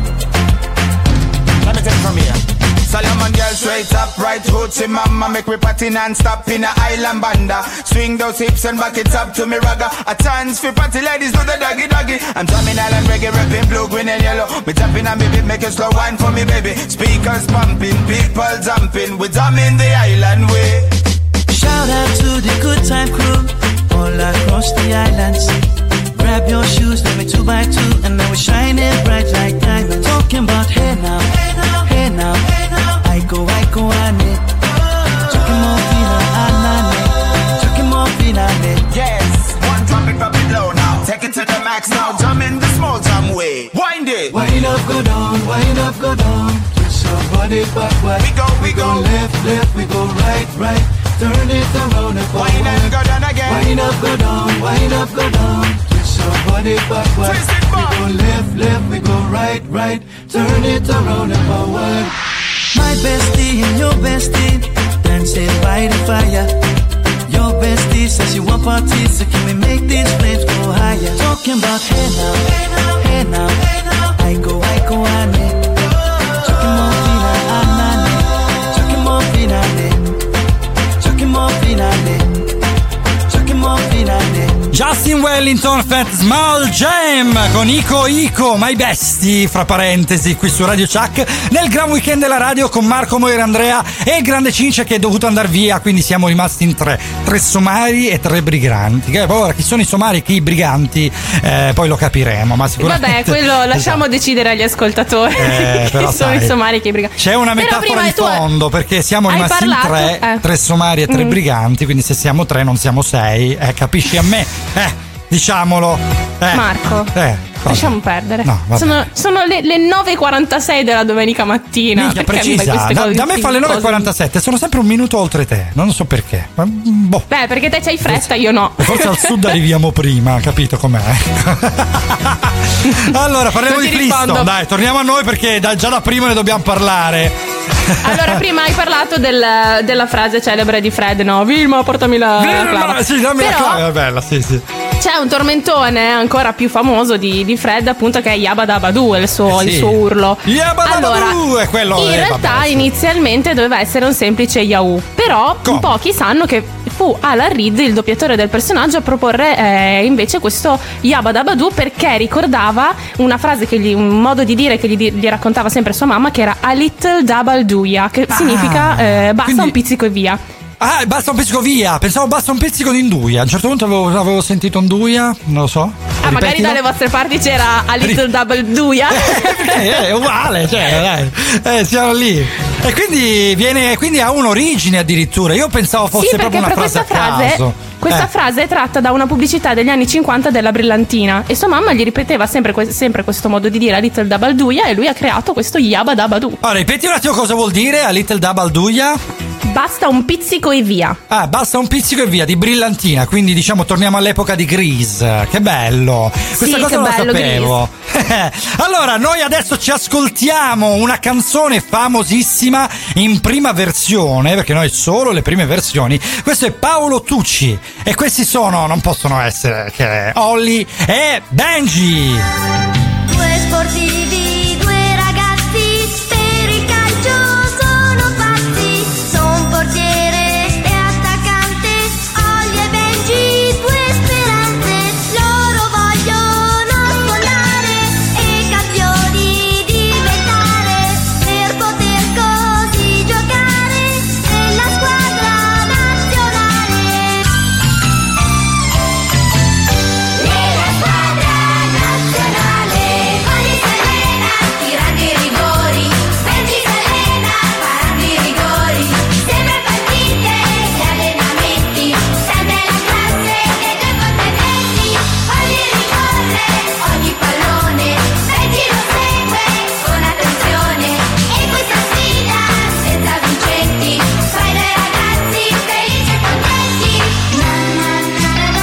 Let me take it from here. Solomon girl straight up, right hoochie mama. Make me party non-stop in a island banda. Swing those hips and back it up to me ragga. A chance for party ladies do the doggy doggy. I'm drumming island reggae, rapping blue, green and yellow. Me tapping on me beat, make a slow wine for me baby. Speakers pumping, people jumping. We drumming the island way. Shout out to the good time crew all across the islands. Grab your shoes, let me 2x2, and now we're shining bright like diamonds. Talking about hey now, hey now, hey now, hey now. I go, ane. Chucking more fina, anane. Chucking more fina, ane. Yes, one drop it low now. Take it to the max now. Jump in the small jam way. Wind it. Wind up, go down, wind up, go down. Twist your body backward. We go left, left, we go right, right. Turn it around and forward. Wind and go down again. Wind up, go down, wind up, go down. Twist your body backward. Twist it back. We go left, left, we go right, right. Turn it around and forward. My bestie and your bestie dancing by the fire. Your bestie says she want parties, so can we make these flames go higher? Talking about hey now, hey now, hey now, hey now. I go, ane. Chucking more fina, anane. Chucking more fina, ane. Chucking more fina, ane. Chucking more fina, ane. Justin Wellington, Fat Small Jam con Ico, My Bestie, fra parentesi, qui su Radio Chuck, nel gran weekend della radio con Marco, Moira, Andrea e il grande Cince che è dovuto andare via, quindi siamo rimasti in tre somari e 3 briganti. Che ora chi sono i somari e chi i briganti poi lo capiremo, ma sicuramente vabbè, quello lasciamo decidere agli ascoltatori chi sono i somari e chi i briganti. C'è una metafora di fondo, perché siamo rimasti in 3 somari e 3 briganti, quindi se siamo 3 non siamo 6, capisci a me? Diciamolo. Marco. Lasciamo perdere. No, sono le 9:46 della domenica mattina. Minchia, precisa. Da me fa le 9:47, sono sempre un minuto oltre te. Non so perché. Boh. Beh, perché te c'hai fretta, io no. Forse al sud arriviamo prima, capito com'è? Allora, parliamo di Flintstone. Dai, torniamo a noi perché già da prima ne dobbiamo parlare. Allora, prima hai parlato della frase celebre di Fred, no? Vilma, portami la clava. Sì, dammi la clava, è bella, sì. C'è un tormentone ancora più famoso di Fred, appunto, che è Yabba Dabba Doo, il suo urlo. Yabba Dabba Doo è quello. In realtà inizialmente doveva essere un semplice Yahoo, però pochi sanno che fu Alan Reed, il doppiatore del personaggio, a proporre invece questo Yabba Dabba Doo, perché ricordava una frase un modo di dire che gli raccontava sempre sua mamma, che era a little double dooya, che significa basta, quindi un pizzico e via. Basta un pizzico via. Pensavo basta un pizzico di induia. A un certo punto avevo sentito induia, non lo so. Magari dalle vostre parti c'era a little double dooya. È uguale, cioè, dai. Siamo lì. E quindi ha un'origine addirittura. Io pensavo fosse proprio una frase a caso. Questa frase è tratta da una pubblicità degli anni 50 della Brillantina, e sua mamma gli ripeteva sempre questo modo di dire a little double dooya, e lui ha creato questo Yabba Dabba Doo. Allora, ripeti un attimo cosa vuol dire a little double dooya? Basta un pizzico e via. Basta un pizzico e via, di Brillantina. Quindi diciamo torniamo all'epoca di Grease. Che bello. Questa cosa non la sapevo. Allora, noi adesso ci ascoltiamo una canzone famosissima in prima versione, perché noi solo le prime versioni. Questo è Paolo Tucci e questi non possono essere che Holly e Benji. Due sportivi, due ragazzi, per il calcio sono pazzi, son portiere e attaccante, Holly e Benji, due speranze, loro vogliono sfondare e campioni diventare, per poter così giocare nella squadra nazionale. Nella squadra nazionale, Holly si allena tirando i rigori, Benji si allena parando i rigori, sempre partite e allenamenti, tanta è la classe dei due componenti, Holly ricorre ogni pallone, Benji lo segue con attenzione, e questa sfida senza vincenti, fra i due ragazzi felici e contenti. Na na na na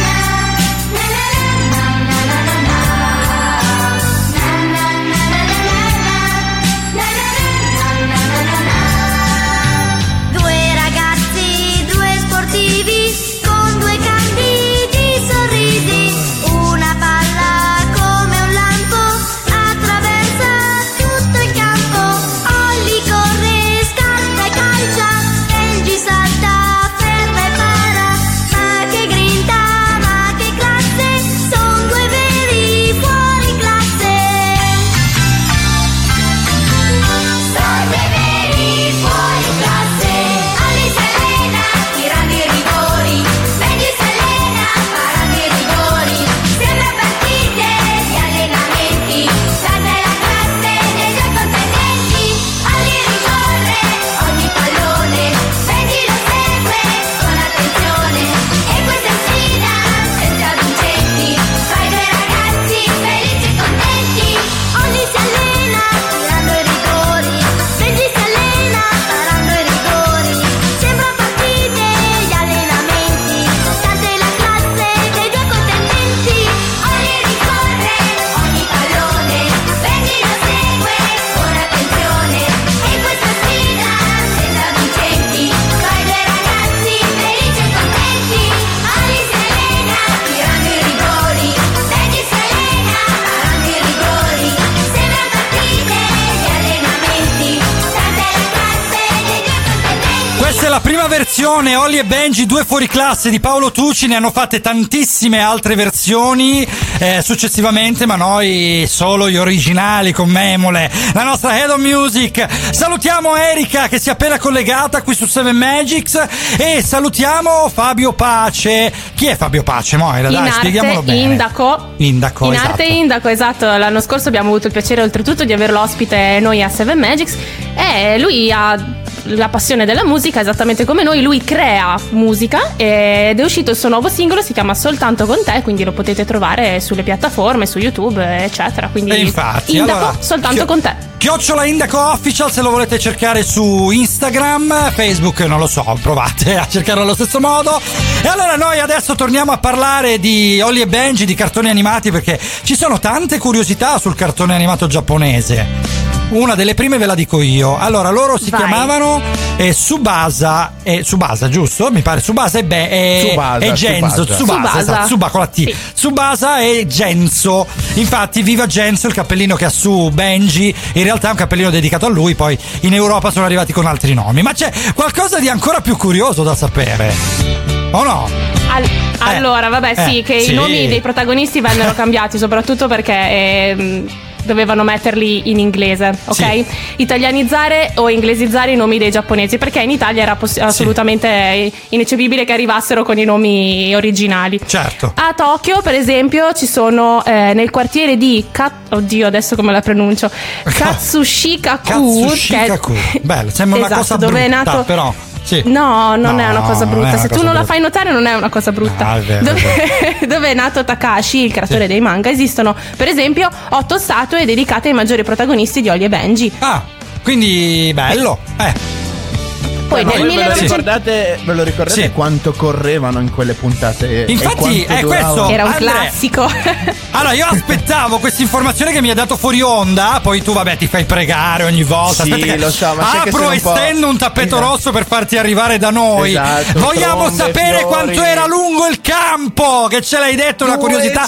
Due ragazzi, due sportivi, con due candidi sorrisi, una palla come un lampo attraversa tutto il campo, Holly corre, scatta e calcia, Benji salta, ferma e para, ma che grinta, ma che classe, son due veri fuori classe. Sono due veri fuori classe, Holly si allena tirando i rigori, Benji si allena parando i rigori, sempre partite di allenamenti, tanta è la classe dei due componenti, Holly ricorre ogni pallone, Benji lo segue con attenzione, e questa sfida senza vincenti, fra i due ragazzi felici e contenti, Holly si allena tirando i rigori, Benji si allena parando i rigori, sembra partite gli allenamenti, tanta è la classe dei due contendenti, Holly ricorre ogni pallone, Benji lo segue con attenzione, e questa sfida senza vincenti, fra i due ragazzi felici e contenti, Holly si allena tirando i rigori, Benji si allena parando i rigori, sembra partite gli allenamenti, tanta è la classe dei due contendenti. Questa è la prima versione, Holly e Benji, due fuoriclasse di Paolo Tucci, ne hanno fatte tantissime altre versioni successivamente, ma noi solo gli originali con Memole, la nostra Head of Music. Salutiamo Erika che si è appena collegata qui su 7 Magics e salutiamo Fabio Pace. Chi è Fabio Pace, Moira? Dai, spieghiamolo bene. Indaco. Indaco, In esatto. arte Indaco, esatto. L'anno scorso abbiamo avuto il piacere oltretutto di averlo ospite noi a 7 Magics e lui ha la passione della musica esattamente come noi, lui crea musica ed è uscito il suo nuovo singolo, si chiama Soltanto con te, quindi lo potete trovare sulle piattaforme, su YouTube eccetera, quindi E infatti, Indaco, allora, Soltanto con te. Chiocciola Indaco Official se lo volete cercare su Instagram, Facebook non lo so, provate a cercarlo allo stesso modo. E allora noi adesso torniamo a parlare di Holly e Benji, di cartoni animati, perché ci sono tante curiosità sul cartone animato giapponese. Una delle prime ve la dico io. Allora, loro si chiamavano Tsubasa, giusto? Mi pare Tsubasa e Genzo. Tsubasa, esatto, Tsuba con la T. Sì. Tsubasa e Genzo. Infatti, viva Genzo, il cappellino che ha su Benji. In realtà è un cappellino dedicato a lui. Poi in Europa sono arrivati con altri nomi. Ma c'è qualcosa di ancora più curioso da sapere, o no? Allora, vabbè, sì, che sì. i nomi dei protagonisti vennero cambiati, soprattutto perché dovevano metterli in inglese, ok? Sì. Italianizzare o inglesizzare i nomi dei giapponesi, perché in Italia era assolutamente ineccepibile che arrivassero con i nomi originali. Certo. A Tokyo, per esempio, ci sono nel quartiere di oddio, adesso come la pronuncio? Katsushikaku. Bello, sembra una cosa dove brutta, è nato, però. Sì. No, non è una cosa brutta. Se tu non la fai notare, non è una cosa brutta. Ah, è vero, dove è nato Takashi, il creatore dei manga, esistono per esempio 8 statue dedicate ai maggiori protagonisti di Holly e Benji. Ah, quindi bello. Poi nel ve lo ricordate quanto correvano in quelle puntate? Infatti è questo era un classico. Allora, io aspettavo questa informazione che mi ha dato fuori onda, poi tu vabbè ti fai pregare ogni volta. Sì, aspetta che lo so, ma apro e stendo un tappeto esatto. rosso per farti arrivare da noi. Esatto, vogliamo trombe, sapere fiori. quanto era lungo il campo, che ce l'hai detto, una curiosità.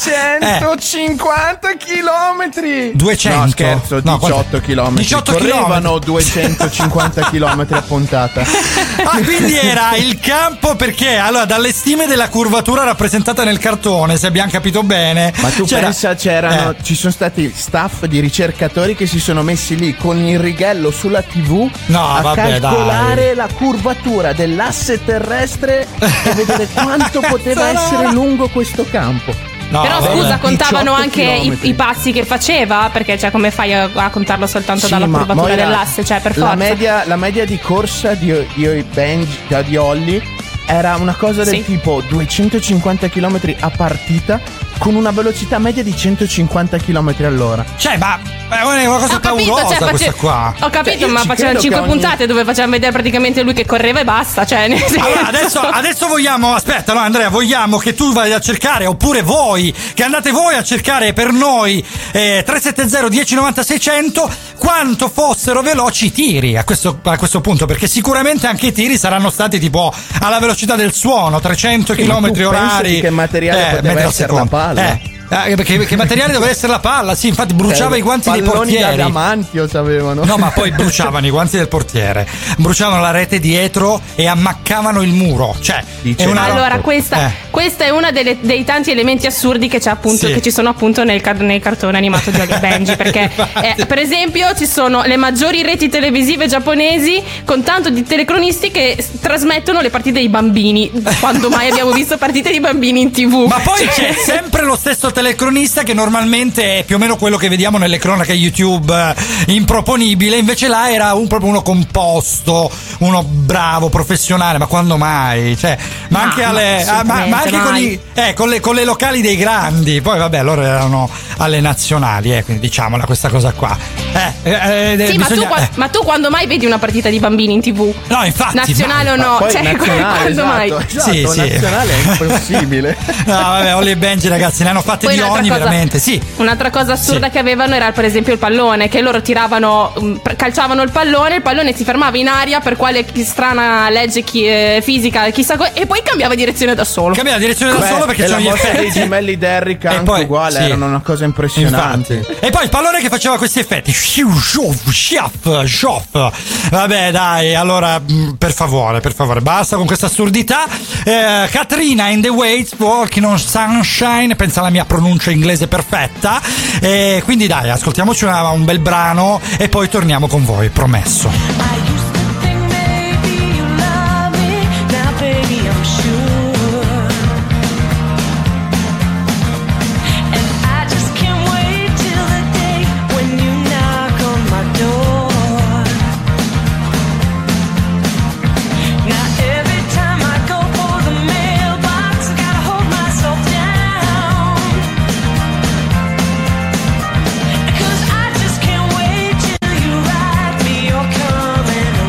250 chilometri. 200? No, scherzo, 18 chilometri. 18 correvano 250 chilometri a puntata. Quindi era il campo, perché allora dalle stime della curvatura rappresentata nel cartone, se abbiamo capito bene, ma tu pensa, ci sono stati staff di ricercatori che si sono messi lì con il righello sulla TV a calcolare la curvatura dell'asse terrestre e vedere quanto poteva essere lungo questo campo. No, però scusa, contavano anche i passi che faceva, perché cioè come fai a contarlo soltanto dalla curvatura dell'asse, cioè per forza. La media di corsa di Benji, di Ollie era una cosa del tipo 250 km a partita con una velocità media di 150 km all'ora. Cioè, ma è una cosa paurosa, questa qua. Ho capito, ma facevano 5 puntate dove facevano vedere praticamente lui che correva e basta. Cioè, allora, adesso vogliamo, aspetta, no, Andrea, vogliamo che tu vai a cercare, oppure voi, che andate voi a cercare per noi 370 1090 600 quanto fossero veloci i tiri a questo punto, perché sicuramente anche i tiri saranno stati tipo alla velocità del suono, 300 km orari. Che materiale poteva essere la palla? Che materiale doveva essere la palla? Sì, infatti bruciava i guanti dei portieri. Da Damantio sapevano. No, ma poi bruciavano i guanti del portiere, bruciavano la rete dietro e ammaccavano il muro. Cioè, allora questa è una dei tanti elementi assurdi che c'è appunto, che ci sono appunto nel cartone animato di Ollie e Benji, perché per esempio ci sono le maggiori reti televisive giapponesi con tanto di telecronisti che trasmettono le partite dei bambini. Quando mai abbiamo visto partite di bambini in TV? Ma poi c'è sempre lo stesso telecronista che normalmente è più o meno quello che vediamo nelle cronache YouTube, improponibile. Invece là era proprio uno composto, uno bravo, professionale. Ma quando mai? Cioè, ma anche anche con le locali dei grandi. Poi vabbè, loro erano alle nazionali, quindi diciamola questa cosa qua. Bisogna... ma tu quando mai vedi una partita di bambini in TV? No, infatti. Nazionale o no? Cioè, quando mai? Sì, nazionale è impossibile. No, vabbè, Ollie e Benji, ragazzi, ne hanno fatte di ogni, veramente. Sì. Un'altra cosa assurda che avevano era per esempio il pallone, che loro tiravano, calciavano il pallone si fermava in aria per quale strana legge fisica, chissà e poi cambiava direzione da solo. Cambiava direzione da solo perché c'erano gli effetti. Dei gemelli Derrick anche uguale, erano una cosa impressionante. Infatti. E poi il pallone che faceva questi effetti. Vabbè, dai, allora per favore, basta con questa assurdità. Katrina and the Waves, Walking on Sunshine, pensa alla mia pronuncia inglese perfetta. Quindi dai, ascoltiamoci un bel brano e poi torniamo con voi, promesso. Coming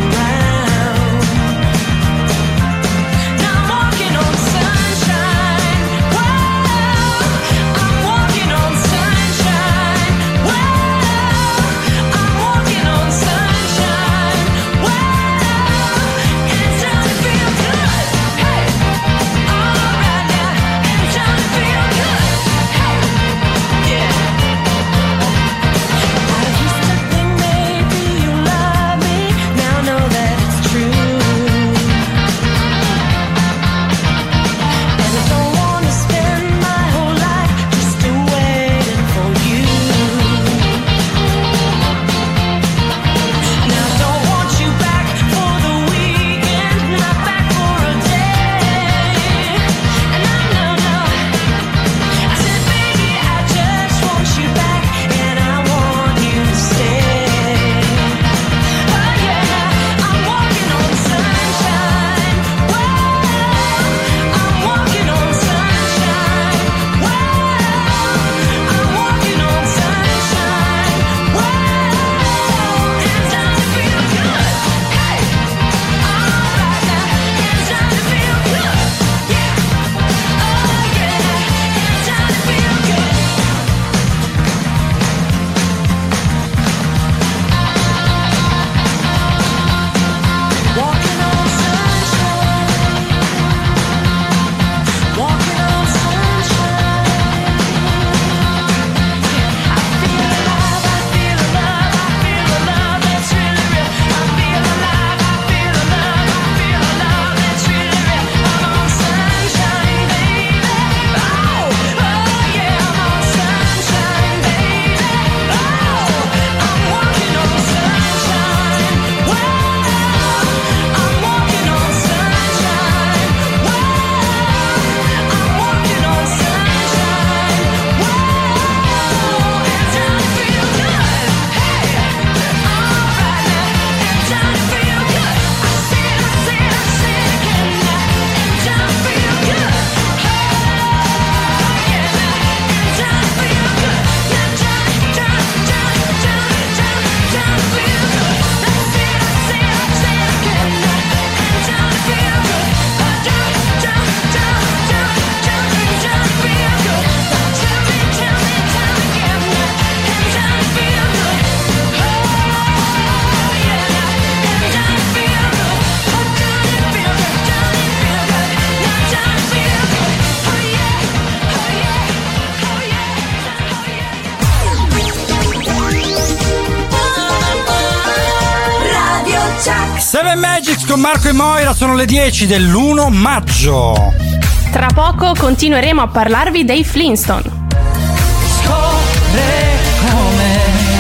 Seven Magics con Marco e Moira, sono le 10 dell'1 maggio. Tra poco continueremo a parlarvi dei Flintstone. Scopre come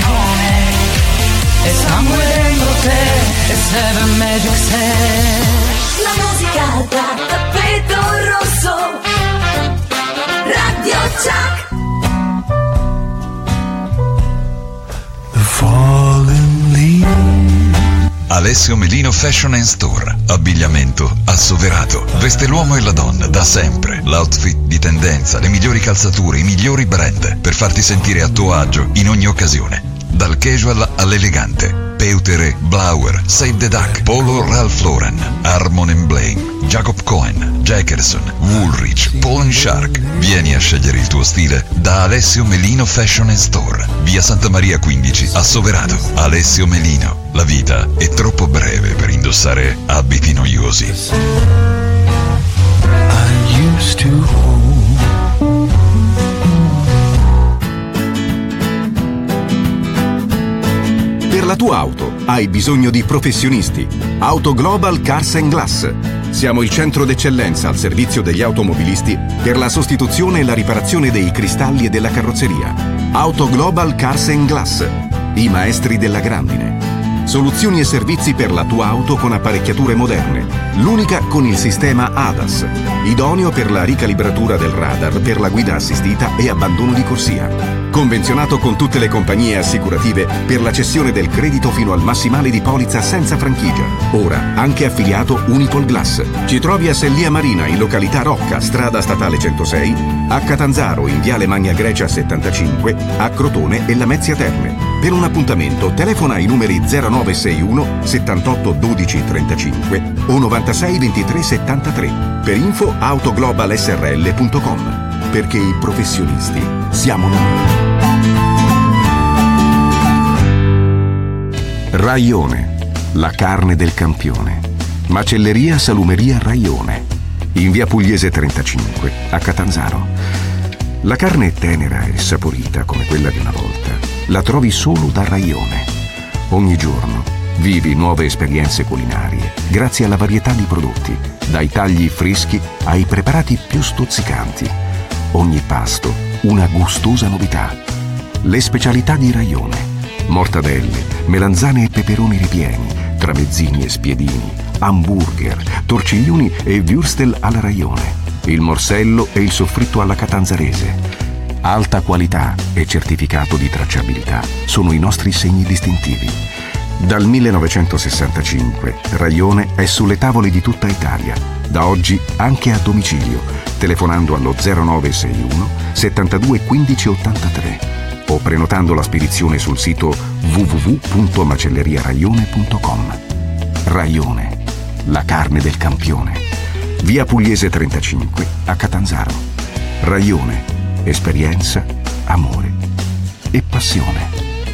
è sangue dentro te e Seven Magics è la musica da tappeto rosso. Radio Chuck. Alessio Melino Fashion and Store. Abbigliamento assoverato. Veste l'uomo e la donna da sempre. L'outfit di tendenza, le migliori calzature, i migliori brand per farti sentire a tuo agio in ogni occasione. Dal casual all'elegante. Peutere, Blauer, Save the Duck, Polo Ralph Lauren, Harmon & Blaine, Jacob Cohen, Jackerson, Woolrich, Paul & Shark. Vieni a scegliere il tuo stile da Alessio Melino Fashion and Store. Via Santa Maria 15 a Soverato. Alessio Melino. La vita è troppo breve per indossare abiti noiosi. I used to Per la tua auto hai bisogno di professionisti. Auto Global Cars & Glass. Siamo il centro d'eccellenza al servizio degli automobilisti per la sostituzione e la riparazione dei cristalli e della carrozzeria. Auto Global Cars & Glass. I maestri della grandine. Soluzioni e servizi per la tua auto con apparecchiature moderne. L'unica con il sistema ADAS, idoneo per la ricalibratura del radar per la guida assistita e abbandono di corsia. Convenzionato con tutte le compagnie assicurative per la cessione del credito fino al massimale di polizza senza franchigia. Ora anche affiliato Unipol Glass. Ci trovi a Sellia Marina in località Rocca, strada statale 106, a Catanzaro in viale Magna Grecia 75, a Crotone e Lamezia Terme. Per un appuntamento telefona ai numeri 0961 78 12 35 o 96 23 73. Per info autoglobalsrl.com. Perché i professionisti siamo noi. Raione, la carne del campione. Macelleria Salumeria Raione, in via Pugliese 35, a Catanzaro. La carne è tenera e saporita come quella di una volta. La trovi solo da Raione. Ogni giorno vivi nuove esperienze culinarie grazie alla varietà di prodotti, dai tagli freschi ai preparati più stuzzicanti. Ogni pasto una gustosa novità. Le specialità di Raione: mortadelle, melanzane e peperoni ripieni, tramezzini e spiedini, hamburger, torciglioni e würstel alla Raione, il morsello e il soffritto alla catanzarese. Alta qualità e certificato di tracciabilità sono i nostri segni distintivi. Dal 1965 Raione è sulle tavole di tutta Italia, da oggi anche a domicilio, telefonando allo 0961 72 15 83 o prenotando la spedizione sul sito www.macelleriaraione.com. Raione, la carne del campione. Via Pugliese 35 a Catanzaro. Raione, esperienza, amore e passione.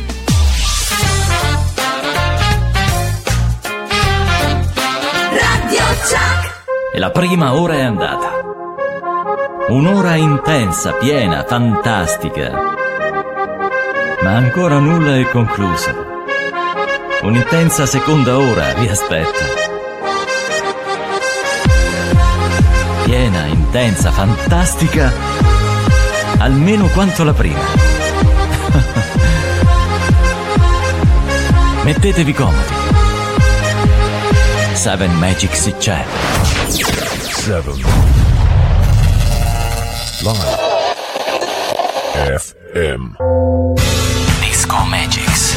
Radio Chuck. E la prima ora è andata. Un'ora intensa, piena, fantastica. Ma ancora nulla è concluso. Un'intensa seconda ora vi aspetta. Piena, intensa, fantastica, almeno quanto la prima. Mettetevi comodi. Seven Magics c'è. Seven Live FM Disco Magics.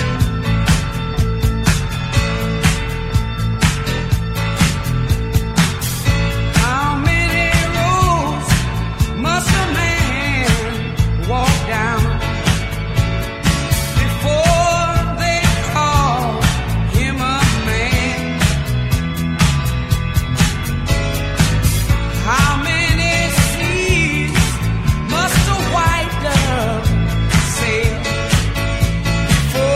Must have wiped up, sail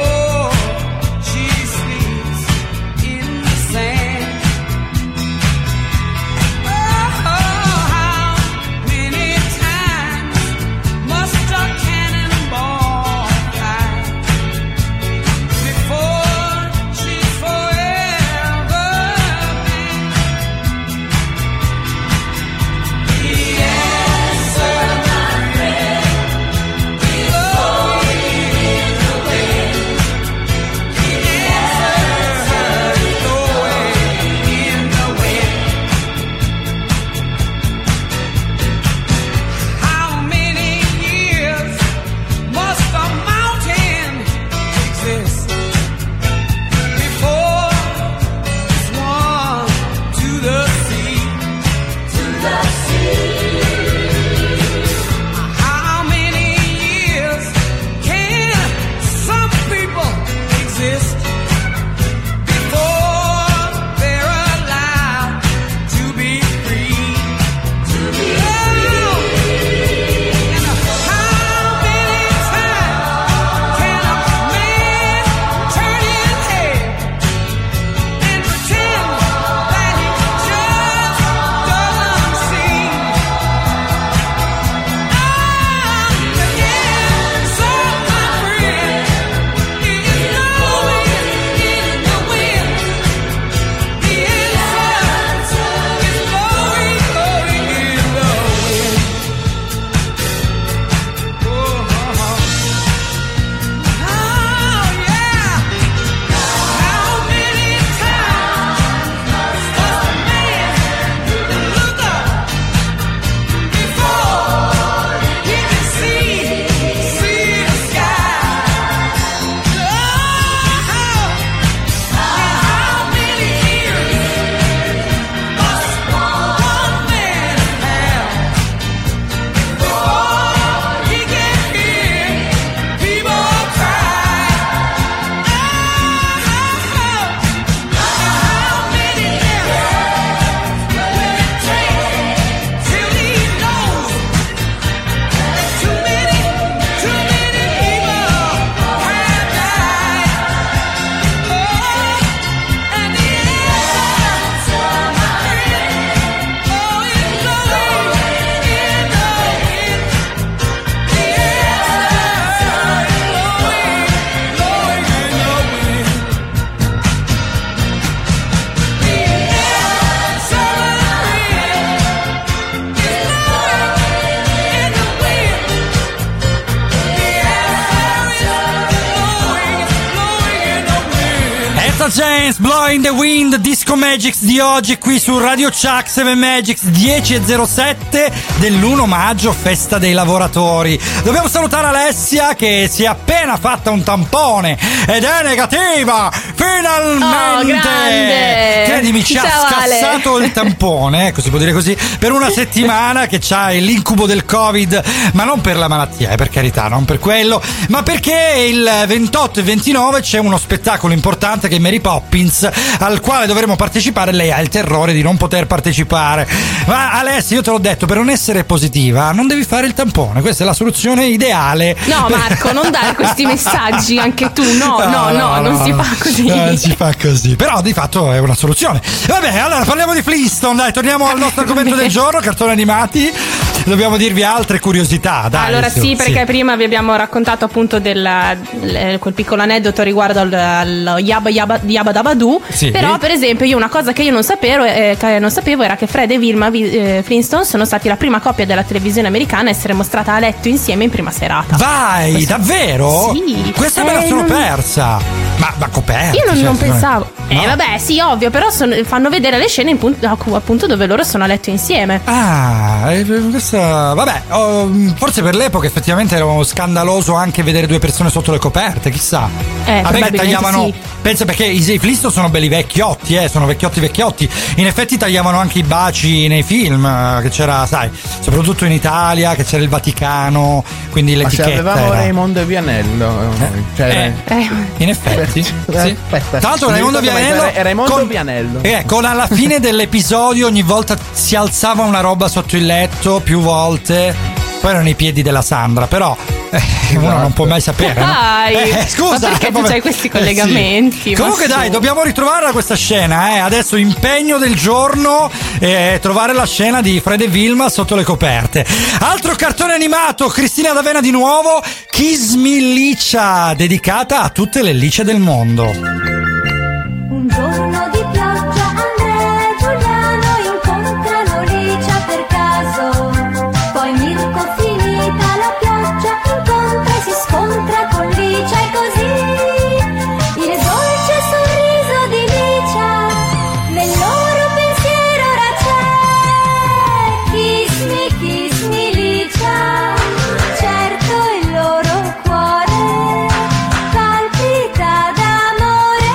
Etta James, Blowing the Wind, Disco Magics di oggi qui su Radio Chuck 7 Magics 10.07 dell'1 maggio, festa dei lavoratori. Dobbiamo salutare Alessia che si è appena fatta un tampone ed è negativa, finalmente! Credimi, ci ha scassato il tampone, ecco, si può dire così, per una settimana che c'ha l'incubo del Covid, ma non per la malattia, per carità, non per quello, ma perché il 28 e 29 c'è uno spettacolo importante che è Mary Poppins, al quale dovremo partecipare. Lei ha il terrore di non poter partecipare, ma Alessia, io te l'ho detto, per non essere positiva non devi fare il tampone, questa è la soluzione ideale. No Marco, non dare questi messaggi anche tu, no, non si fa così. Non si fa così, però di fatto è una soluzione. Vabbè, allora parliamo di Flintstone, dai, torniamo al nostro argomento del giorno, cartoni animati. Dobbiamo dirvi altre curiosità, dai. Allora sì, perché prima vi abbiamo raccontato appunto quel piccolo aneddoto riguardo allo Yabba Dabba Doo, sì. Però per esempio io una cosa che io non sapevo era che Fred e Wilma Flintstone sono stati la prima coppia della televisione americana a essere mostrata a letto insieme in prima serata. Vai, davvero? Sì. Questa me la sono persa. Ma coperta? Io non pensavo. No? Vabbè, sì, ovvio, però fanno vedere le scene appunto dove loro sono a letto insieme. Questa, vabbè, forse per l'epoca effettivamente era scandaloso anche vedere due persone sotto le coperte, chissà. Vabbè, che tagliavano, sì. Pensa, perché i Flintstone sono belli vecchiotti, sono vecchiotti. In effetti tagliavano anche i baci nei film, che c'era, sai, soprattutto in Italia, che c'era il Vaticano, quindi l'etichetta. Ma se avevamo Raimondo e Vianello, in effetti, sì. Aspetta, tra l'altro Raimondo Vianello con alla fine dell'episodio ogni volta si alzava una roba sotto il letto più volte, poi erano i piedi della Sandra, però uno non può mai sapere, dai, no? Scusa, ma perché tu c'hai questi collegamenti? Sì. Comunque dai, dobbiamo ritrovarla questa scena, adesso impegno del giorno, trovare la scena di Fred e Wilma sotto le coperte. Altro cartone animato, Cristina D'Avena di nuovo, Kiss Me Licia, dedicata a tutte le Lice del mondo. Un giorno di pioggia Andrea e Giuliano incontrano Licia per caso, poi Mirko finita la pioggia incontra e si scontra con Licia e così il dolce sorriso di Licia nel loro pensiero ora c'è. Kiss me Licia, certo il loro cuore palpita d'amore.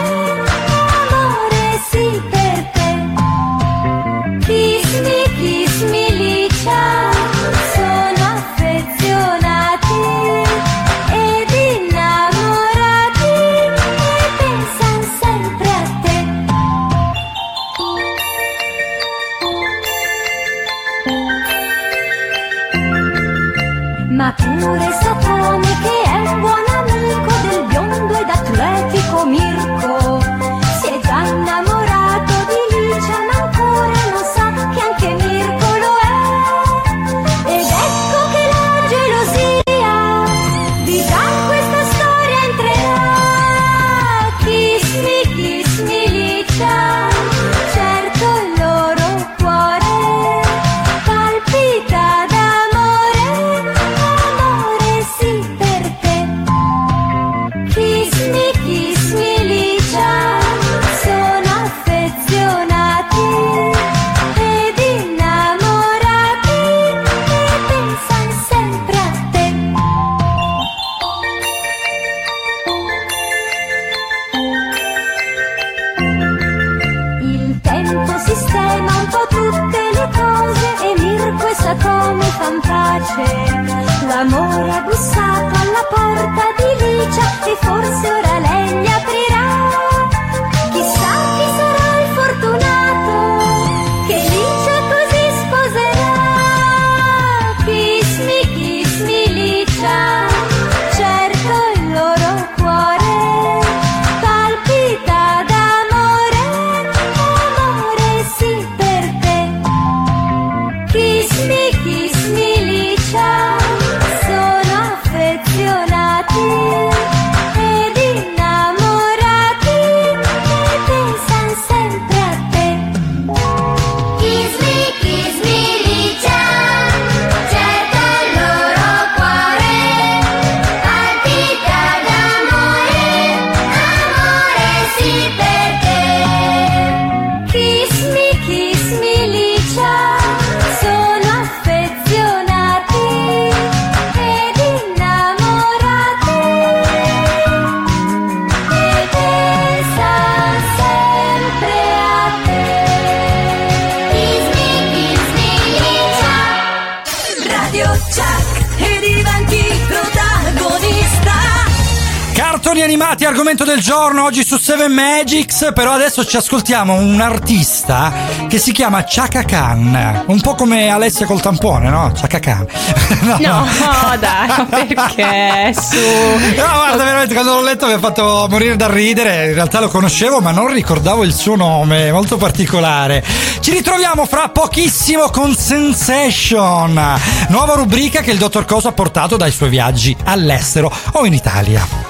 cartoni animati, argomento del giorno oggi su 7 Magics, però adesso ci ascoltiamo un artista che si chiama Chaka Khan, un po' come Alessia col tampone, no? Chaka Khan. No, dai, perché su? No, guarda, veramente quando l'ho letto mi ha fatto morire da ridere, in realtà lo conoscevo ma non ricordavo il suo nome, molto particolare. Ci ritroviamo fra pochissimo con Sensation, nuova rubrica che il dottor Cosa ha portato dai suoi viaggi all'estero o in Italia.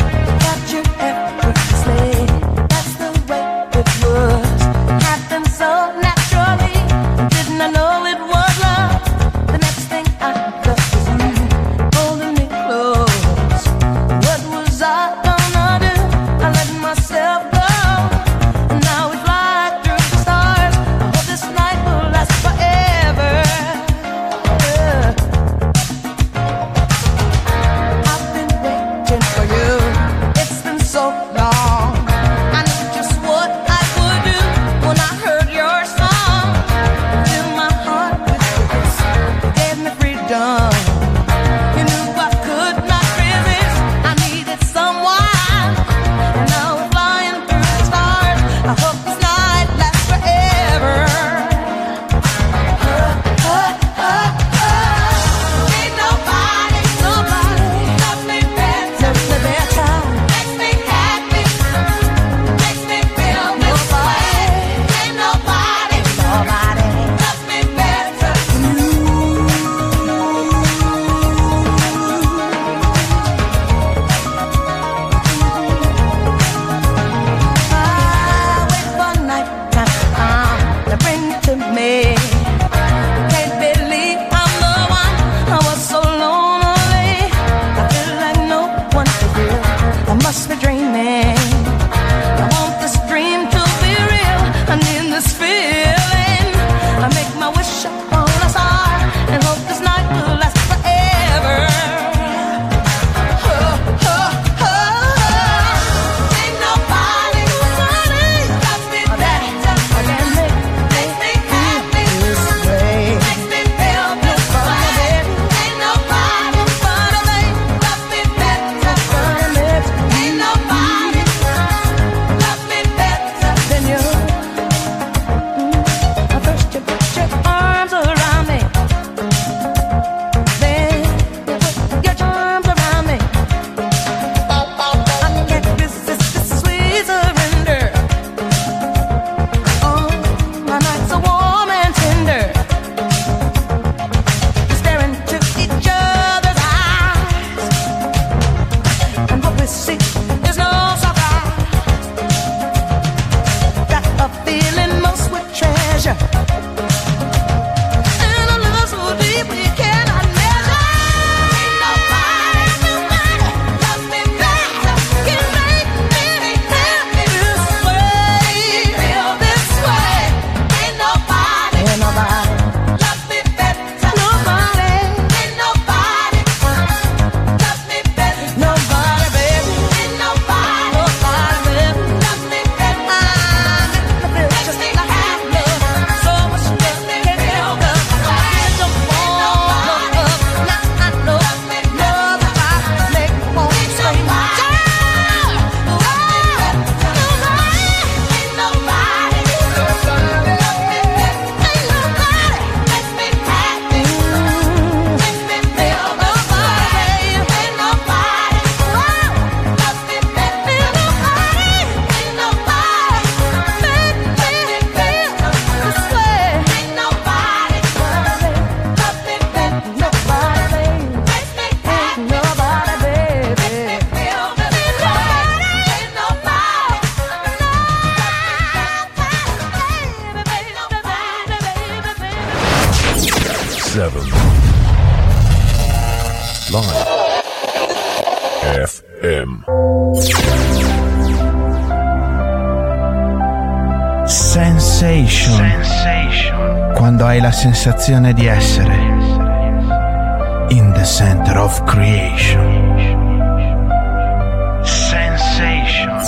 FM. Sensation. Quando hai la sensazione di essere in the center of creation. Sensation.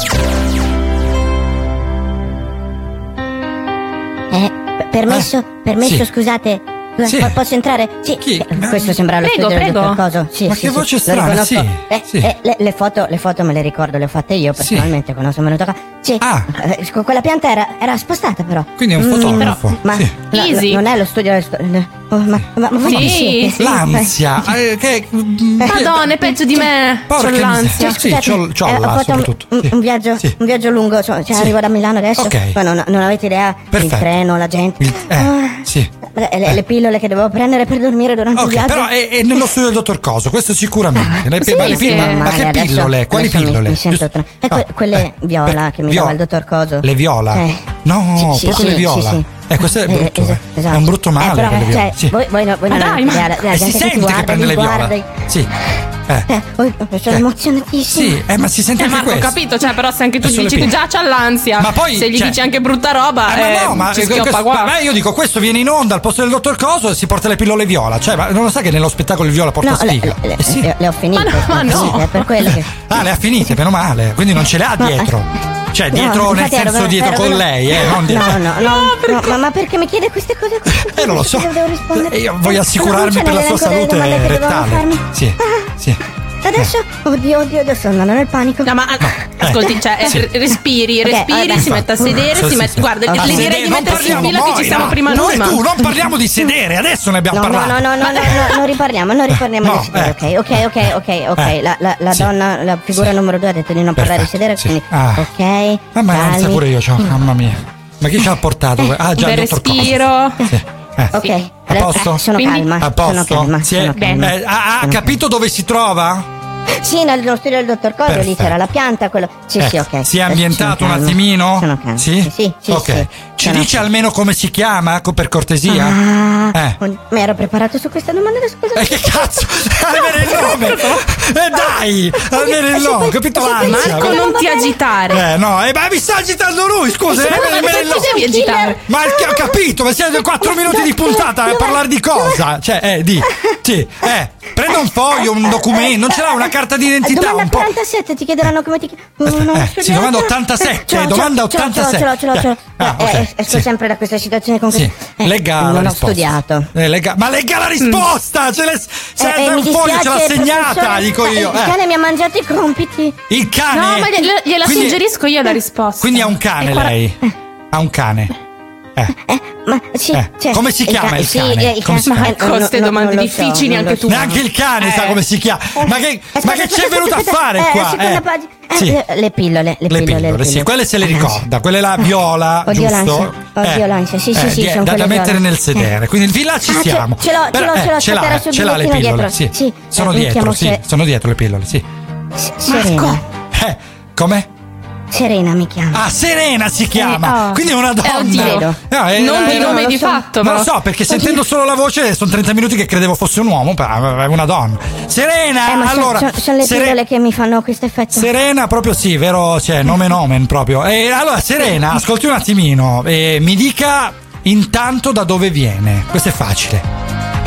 Permesso, sì. Scusate. Posso entrare? Sì. Questo sembra lo studio del dottor Coso. Sì, ma che voce strana, sì. Le foto me le ricordo, le ho fatte io personalmente quando sono venuta qua. Sì. Quella pianta era spostata però. Quindi è un fotografo. Ma non è lo studio ma sì. L'ansia. Madonna, è peggio di me. C'ho l'ansia. Sì, c'ho soprattutto. Un viaggio lungo, cioè arrivo da Milano adesso. Poi non avete idea del treno, la gente. Sì. Le pillole che dovevo prendere per dormire durante il viaggio. Però è nello studio del dottor Coso, questo sicuramente. Ma che pillole? Quali pillole? Mi sento quelle viola che mi dava il dottor Coso. Le viola? No, proprio le viola. Sì. Questo è brutto. Esatto. È un brutto male. Voi non si sente che prende le viola. Sì. Sono emozionatissimo. Sì, ma si sente anche questo. Ho capito, però se anche tu dici già c'ha l'ansia. Ma poi se gli dici anche brutta roba, ci schioppa qua. Io dico, questo viene in onda al posto del dottor Coso e si porta le pillole viola. Ma non lo sai che nello spettacolo il viola porta sfiga? Le ho finite. Ma no. È per quello che. Le ha finite, meno male. Quindi non ce le ha dietro. Cioè, dietro nel senso dietro con lei, non dietro. No, ma perché mi chiede queste cose? Non lo so. Devo rispondere. Io voglio assicurarmi per la sua salute rettale. Sì. Adesso, oddio, sono andando nel panico. No, ma ascolti, respiri, si mette a sedere, si mette. Guarda, le direi di mettersi in fila che ci siamo prima noi. Tu non parliamo di sedere, adesso ne abbiamo parlato. No, non riparliamo di sedere. Ok. La donna, la figura numero 2 ha detto di non parlare di sedere, quindi ok. Mamma mia, pure io c'ho, mamma mia. Ma chi ci ha portato? Già il dottor Coso. Respiro. Ok, a posto? Sono calma. A posto? Ha capito dove si trova? Sì, nello studio del dottor Coso, lì c'era la pianta, quello. Sì, ok. Si è ambientato un attimino? Sono calma. Sì? Ok. Ci dice almeno come si chiama, per cortesia? Mi ero preparato su questa domanda adesso. Che cazzo? Almeno il nome! Dai! Almeno il nome, capito l'ansia? Marco, non ti agitare. Ma mi sta agitando lui, scusa. Devi agitare. Ma ho capito, ma siete 4 minuti di puntata a parlare di cosa? Sì, prenda un foglio, un documento, non ce l'ha una carta d'identità? Domanda un po'. 87, ti chiederanno come ti chiami. Sì, domanda 87, domanda 87. Ce l'ho. Esco sempre da questa situazione con legga non la ho risposta. studiato. Ma legga la risposta! Ce l'ha segnata, dico io. Il cane mi ha mangiato i compiti. Il cane? No, ma gliela suggerisco io la risposta. Quindi ha un cane lei? Ha un cane? Ma sì, come si chiama il cane? Marco, queste domande difficili anche tu. Neanche il cane sa come si chiama. Ma che ci è venuta a fare qua? Le pillole. Sì, quelle se le ricorda. Quella è la viola, giusto? Oddio l'ansia, sì, sono da mettere nel sedere. Quindi fin là ci siamo. Ce l'ha le pillole. Sì, sono dietro le pillole, sì. Serena. Come? Serena mi chiama. Serena si chiama. Quindi è una donna. Non di nome di fatto. Non lo so, perché sentendo solo la voce sono 30 minuti che credevo fosse un uomo, però è una donna. Serena, allora. Sono le pillole che mi fanno questo effetto. Serena, proprio sì, vero? Nomen proprio. Allora, Serena, ascolti un attimino. Mi dica intanto da dove viene. Questo è facile.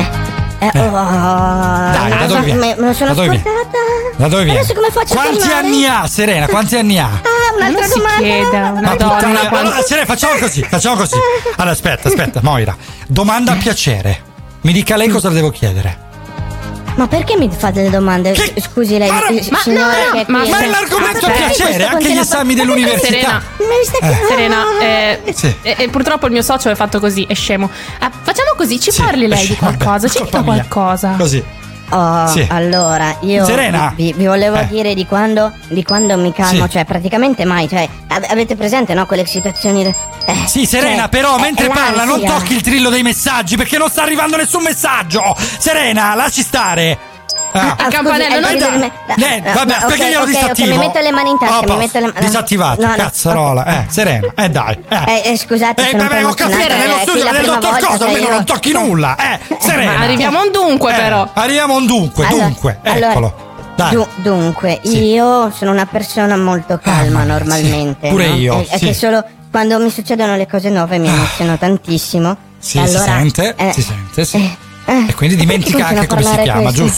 Dai, da dove viene? Me lo sono ascoltata. Da dove viene? Adesso come faccio Quanti anni ha, Serena? Quanti anni ha? Un'altra domanda. Madonna, allora, Serena, facciamo così. Allora, aspetta, Moira. Domanda a piacere. Mi dica lei cosa le devo chiedere. Ma perché mi fa delle domande? Scusi lei, signora, ma è l'argomento a piacere, anche gli esami dell'università. Serena, purtroppo il mio socio è fatto così, è scemo. Facciamo così, ci parli lei di qualcosa, ci dica qualcosa. Così. Allora, io vi volevo dire di quando mi calmo, cioè praticamente mai, cioè avete presente, no, quelle situazioni sì, Serena, però mentre parla non tocchi il trillo dei messaggi, perché non sta arrivando nessun messaggio. Serena, lasci stare. Il campanello vabbè, aspetta che glielo disattivo. Mi metto le mani in tasca, disattivato, cazzarola. Serena, dai. Scusate, sono ho capito, nello studio del dottor Coso almeno non tocchi nulla. Serena. Arriviamo a un dunque, però. Arriviamo a un dunque, eccolo. Dunque, io sono una persona molto calma normalmente. Pure io. È che solo quando mi succedono le cose nuove mi emoziono tantissimo. Sì, allora, si sente, sì. E quindi dimentica anche come si chiama, giusto?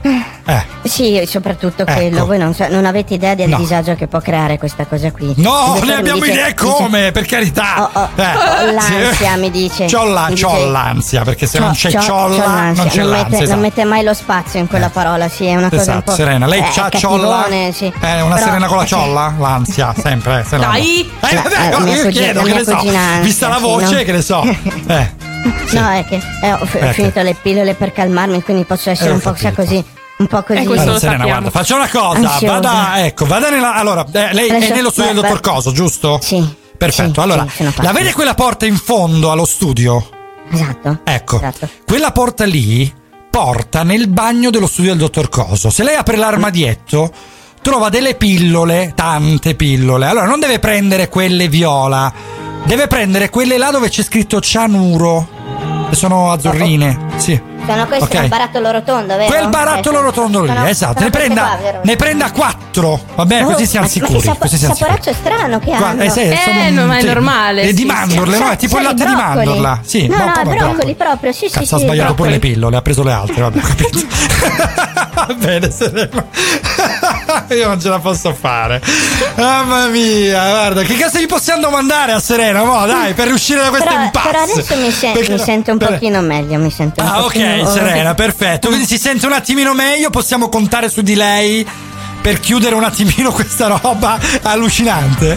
Sì, soprattutto quello. Voi non avete idea del disagio che può creare questa cosa qui. No, ne abbiamo idea come, per carità. Ho l'ansia, mi dice. C'ho l'ansia, perché se non c'è ciolla, non c'è l'ansia. Non mette mai lo spazio in quella parola, sì, è una cosa un po'. Serena, lei c'ha ciolla? Sì. Una Serena con la ciolla? L'ansia, sempre. Dai! Io chiedo, che ne so. Vista la voce, che ne so. No, è che ho finito le pillole per calmarmi, quindi posso essere un po' così. Un po' così. Allora, Serena, guarda, faccia una cosa. Vada nella. Allora, lei è nello studio del dottor Coso, giusto? Sì. Perfetto. Allora, la vede quella porta in fondo allo studio? Esatto. Ecco. Quella porta lì porta nel bagno dello studio del dottor Coso. Se lei apre l'armadietto, trova delle pillole, tante pillole. Allora, non deve prendere quelle viola, deve prendere quelle là dove c'è scritto cianuro, che sono azzurrine. Sì. Sono questi il barattolo rotondo, vero? Quel barattolo rotondo lì, esatto. Ne prenda 4. Va bene, così siamo sicuri. Questo saporaggio strano che hanno. Ma è normale. Di mandorle, no? È tipo il latte di mandorla. Sì, no, broccoli proprio. Sì, Cazzo, ha sbagliato pure le pillole, ha preso le altre, vabbè, ho capito. Va bene, Serena. Io non ce la posso fare. Mamma mia, guarda, che cazzo gli possiamo domandare a Serena? Mo, dai, per uscire da questo impasse. Però adesso mi sento un pochino meglio, ok, Serena, perfetto. Quindi si sente un attimino meglio, possiamo contare su di lei per chiudere un attimino questa roba allucinante?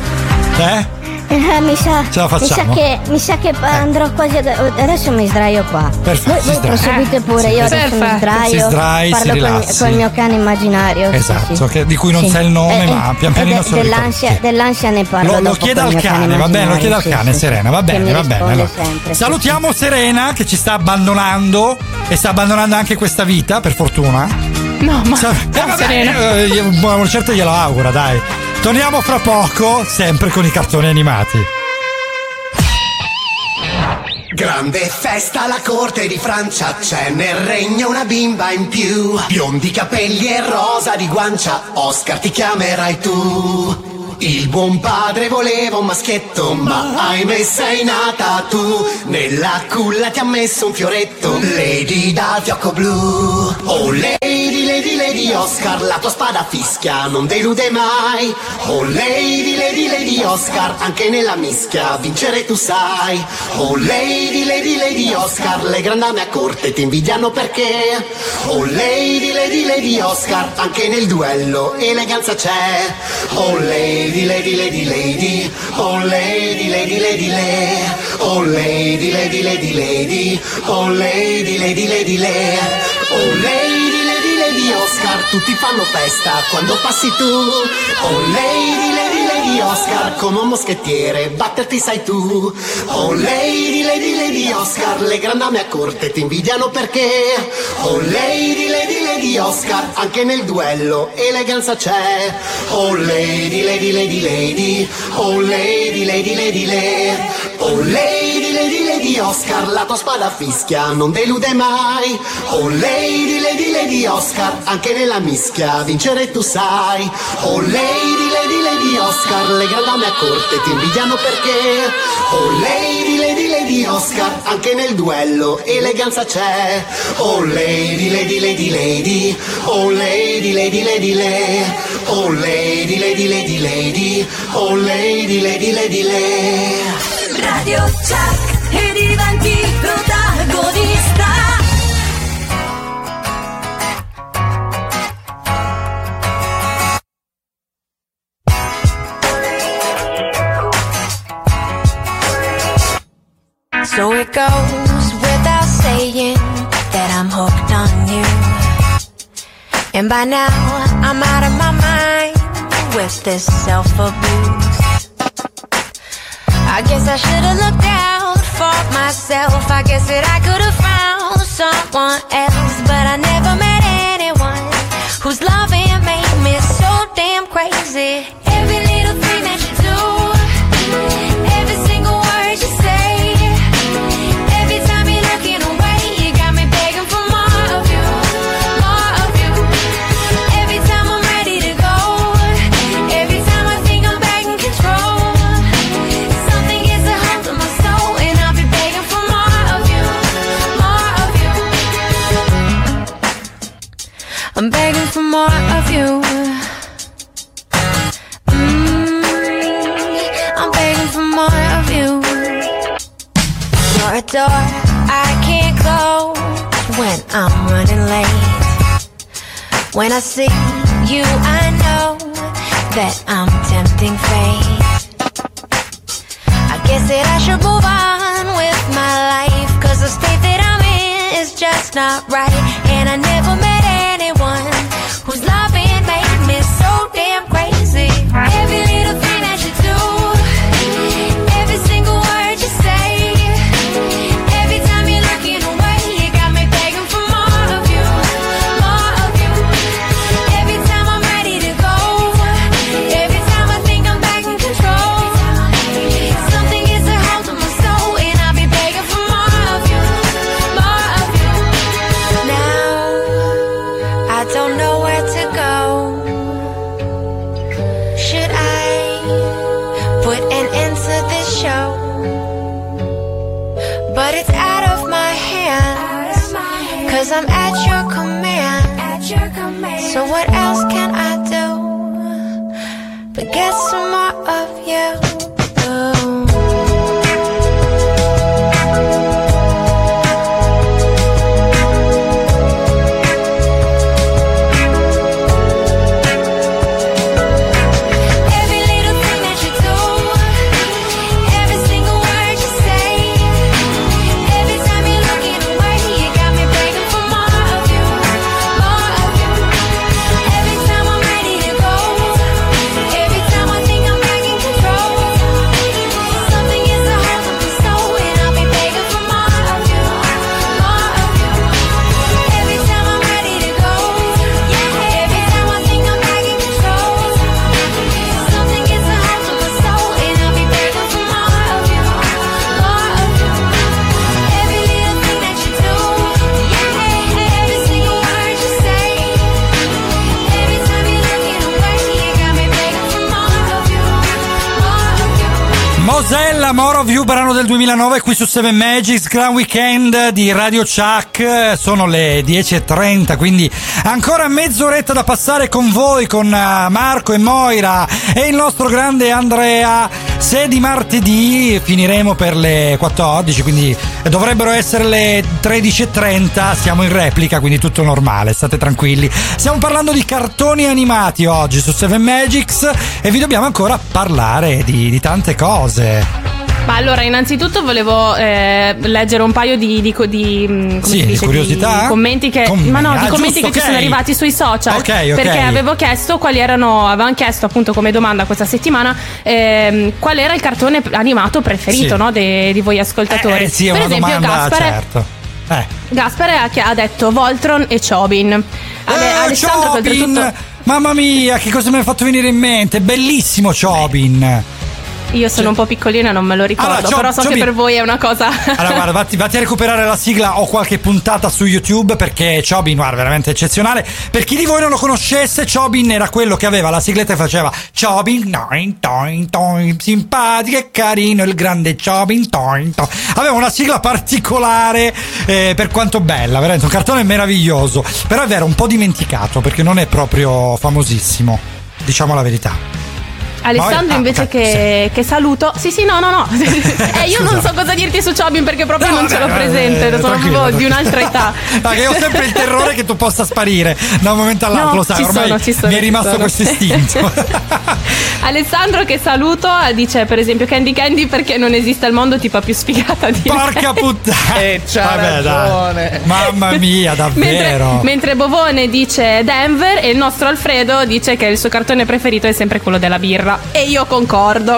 Mi sa, ce la facciamo? Mi sa che andrò quasi adesso mi sdraio qua. Perfetto. Voi proseguite pure, io adesso mi sdraio, parlo con il mio cane immaginario. Esatto, di cui non sai il nome, ma pian pianino se lo ricordi. Dell'ansia ne parlo. Lo chieda al cane, va bene, lo chieda al cane, Serena, va bene. Allora, salutiamo Serena che ci sta abbandonando e sta abbandonando anche questa vita, per fortuna. No, ma Serena. Certo glielo augura, dai. Torniamo fra poco, sempre con i cartoni animati. Grande festa alla corte di Francia, c'è nel regno una bimba in più. Biondi capelli e rosa di guancia, Oscar ti chiamerai tu. Il buon padre voleva un maschietto, ma ahimè sei nata tu. Nella culla ti ha messo un fioretto, Lady dal fiocco blu. Oh Lady, Lady, Lady Oscar, la tua spada fischia non delude mai. Oh Lady, Lady, Lady Oscar, anche nella mischia vincere tu sai. Oh Lady, Lady, Lady Oscar, le grandame a corte ti invidiano perché. Oh Lady, Lady, Lady Oscar, anche nel duello eleganza c'è. Oh Lady, Lady, Lady, Lady, oh Lady, Lady, Lady, Lady, oh Lady, Lady, Lady, Lady, oh Lady, Lady, Lady, Lady, oh Lady, Lady, Lady Oscar, tutti fanno festa quando passi tu. Oh Lady, Lady, Lady Oscar, come un moschettiere batterti sai tu. Oh Lady, Lady, Lady Oscar, le grandame a corte ti invidiano perché. Oh Lady, Lady, Lady Oscar, anche nel duello eleganza c'è. Oh Lady, Lady, Lady, Lady, oh Lady, Lady, Lady, Lady, oh Lady, Lady, Lady Oscar, la tua spada fischia non delude mai. Oh Lady, Lady, Lady Oscar, anche nella mischia vincere tu sai. Oh Lady, Lady, Lady Oscar, le grandame a corte ti invidiano perché. Oh Lady, Lady, Lady Oscar, anche nel duello eleganza c'è. Oh Lady, Lady, Lady, Lady, oh Lady, Lady, Lady, Lady, oh Lady, Lady, Lady, Lady, oh Lady, Lady, Lady, Lady. Radio Chuck e diventi protagonista. So it goes without saying that I'm hooked on you. And by now I'm out of my mind with this self-abuse. I guess I should've looked out for myself. I guess that I could've found someone else, but I never met anyone whose loving made me so damn crazy. Every little thing that you do, every single word you say, every time you're looking away, you got me begging for more of you, more of you. Every time I'm ready to go, every time I think I'm back in control, something gets a hold of my soul, and I'll be begging for more of you, more of you. When I see you, I know that I'm tempting fate. I guess that I should move on with my life, 'cause the state that I'm in is just not right. And I never met anyone whose loving made me so damn crazy. Every little thing that you do, every single word you say, every time you're looking away, you got me begging for more of you, more of you. Every time I'm ready to go, every time I think I'm back in control, something gets a hold of my soul, and I'll be begging for more of you, more of you. Now I don't know where to go. Should I put an end to this show? But it's out of my hands, 'cause I'm at your command. So what else can I do but get some more of you? Mosella, More of You, brano del 2009 qui su 7 Magics, Grand Weekend di Radio Chuck. Sono le 10:30, quindi ancora mezz'oretta da passare con voi, con Marco e Moira e il nostro grande Andrea. Se di martedì finiremo per le 14, quindi dovrebbero essere le 13:30, siamo in replica, quindi tutto normale, state tranquilli. Stiamo parlando di cartoni animati oggi su 7 Magics e vi dobbiamo ancora parlare di tante cose. Ma allora, innanzitutto volevo leggere un paio di curiosità, di commenti che ci sono arrivati sui social, perché avevo chiesto avevano chiesto appunto come domanda questa settimana qual era il cartone animato preferito, no, di voi ascoltatori. Sì, per esempio Gaspare ha detto Voltron e Chobin. Alessandro, Chobin! Mamma mia, che cosa mi ha fatto venire in mente? Bellissimo Chobin. Io sono un po' piccolina, non me lo ricordo, però so che per voi è una cosa. Allora, guarda, vatti a recuperare la sigla o qualche puntata su YouTube, perché Chobin, guarda, veramente eccezionale. Per chi di voi non lo conoscesse, Chobin era quello che aveva la sigletta e faceva Chobin, toin, toin, toin, simpatico e carino, il grande Chobin, toin, toin. Aveva una sigla particolare, per quanto bella, veramente un cartone meraviglioso. Però è vero, un po' dimenticato, perché non è proprio famosissimo, diciamo la verità. Alessandro invece che saluto. Sì, no. Io non so cosa dirti su Chobin, perché proprio non ce l'ho presente. Sono proprio di un'altra età. Perché ho sempre il terrore che tu possa sparire da un momento all'altro, lo sai, ormai mi è rimasto questo istinto. Alessandro che saluto dice per esempio Candy perché non esiste al mondo tipa più sfigata di porca puttana. C'ha ragione. Mamma mia, davvero. Mentre Bovone dice Denver e il nostro Alfredo dice che il suo cartone preferito è sempre quello della birra. E io concordo.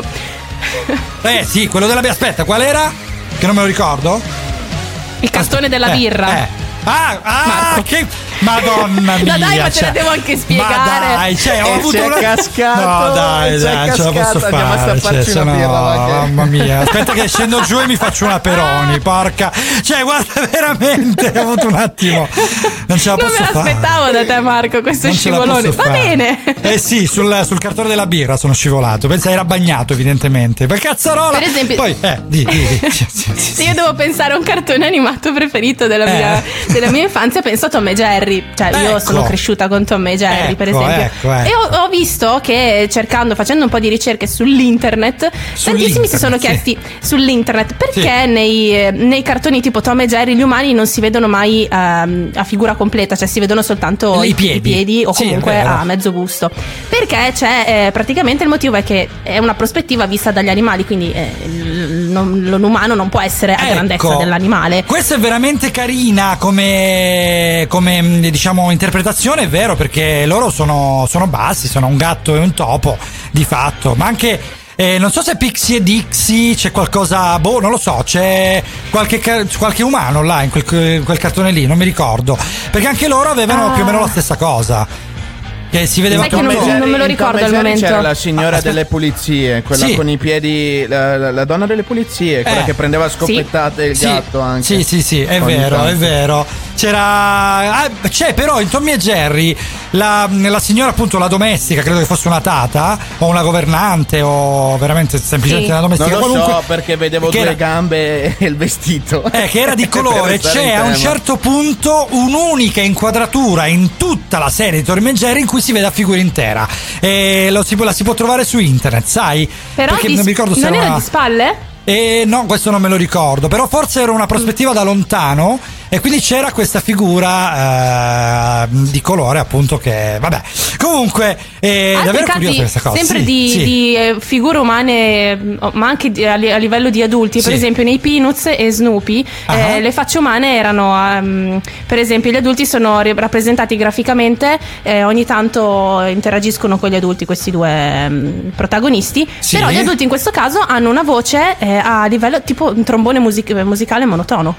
Sì, quello della birra. Aspetta, qual era? Che non me lo ricordo. Il cartone della birra. Che Madonna mia. Ma dai, ma te la devo anche spiegare. Ma dai, ho avuto una cascato. No, dai, ce la posso fare. Mamma mia. Aspetta che scendo giù e mi faccio una Peroni, porca. Guarda, veramente ho avuto un attimo. Non ce la posso fare. Non me l'aspettavo da te, Marco, questo scivolone. Va bene. Sì, sul cartone della birra sono scivolato. Pensa era bagnato, evidentemente. Per cazzarola. Per esempio, poi se io devo pensare a un cartone animato preferito della mia infanzia, penso a Tom e Jerry. Io sono cresciuta con Tom e Jerry, per esempio. E ho visto che facendo un po' di ricerche sull'internet, tantissimi si sono chiesti sull'internet perché nei cartoni tipo Tom e Jerry gli umani non si vedono mai a figura completa, cioè si vedono soltanto i piedi o comunque a mezzo busto, perché c'è praticamente il motivo è che è una prospettiva vista dagli animali, quindi l'umano non può essere a grandezza dell'animale. Questa è veramente carina come diciamo interpretazione, è vero, perché loro sono bassi, sono un gatto e un topo di fatto, ma anche non so se Pixie e Dixie c'è qualcosa, non lo so, c'è qualche umano là in quel cartone lì, non mi ricordo, perché anche loro avevano più o meno la stessa cosa. Che si vedeva non me lo ricordo al momento. C'era la signora delle pulizie, quella con i piedi, la donna delle pulizie, quella che prendeva a scoppettate il gatto anche. Sì, è vero. C'è però in Tommy e Jerry la signora, appunto, la domestica, credo che fosse una tata o una governante o veramente semplicemente una domestica. Non lo qualunque, so, perché vedevo due gambe e il vestito. Che era di colore. C'è a un certo punto un'unica inquadratura in tutta la serie di Tommy e Jerry in cui si vede la figura intera, e la si può trovare su internet, sai? Però perché non mi ricordo se era di spalle? No, questo non me lo ricordo, però forse era una prospettiva da lontano e quindi c'era questa figura di colore, appunto, che vabbè, comunque davvero curiosa questa cosa. Sempre di figure umane, ma anche a livello di adulti, per esempio nei Peanuts e Snoopy le facce umane erano per esempio gli adulti sono rappresentati graficamente, ogni tanto interagiscono con gli adulti questi due protagonisti, però gli adulti in questo caso hanno una voce a livello tipo un trombone musicale monotono.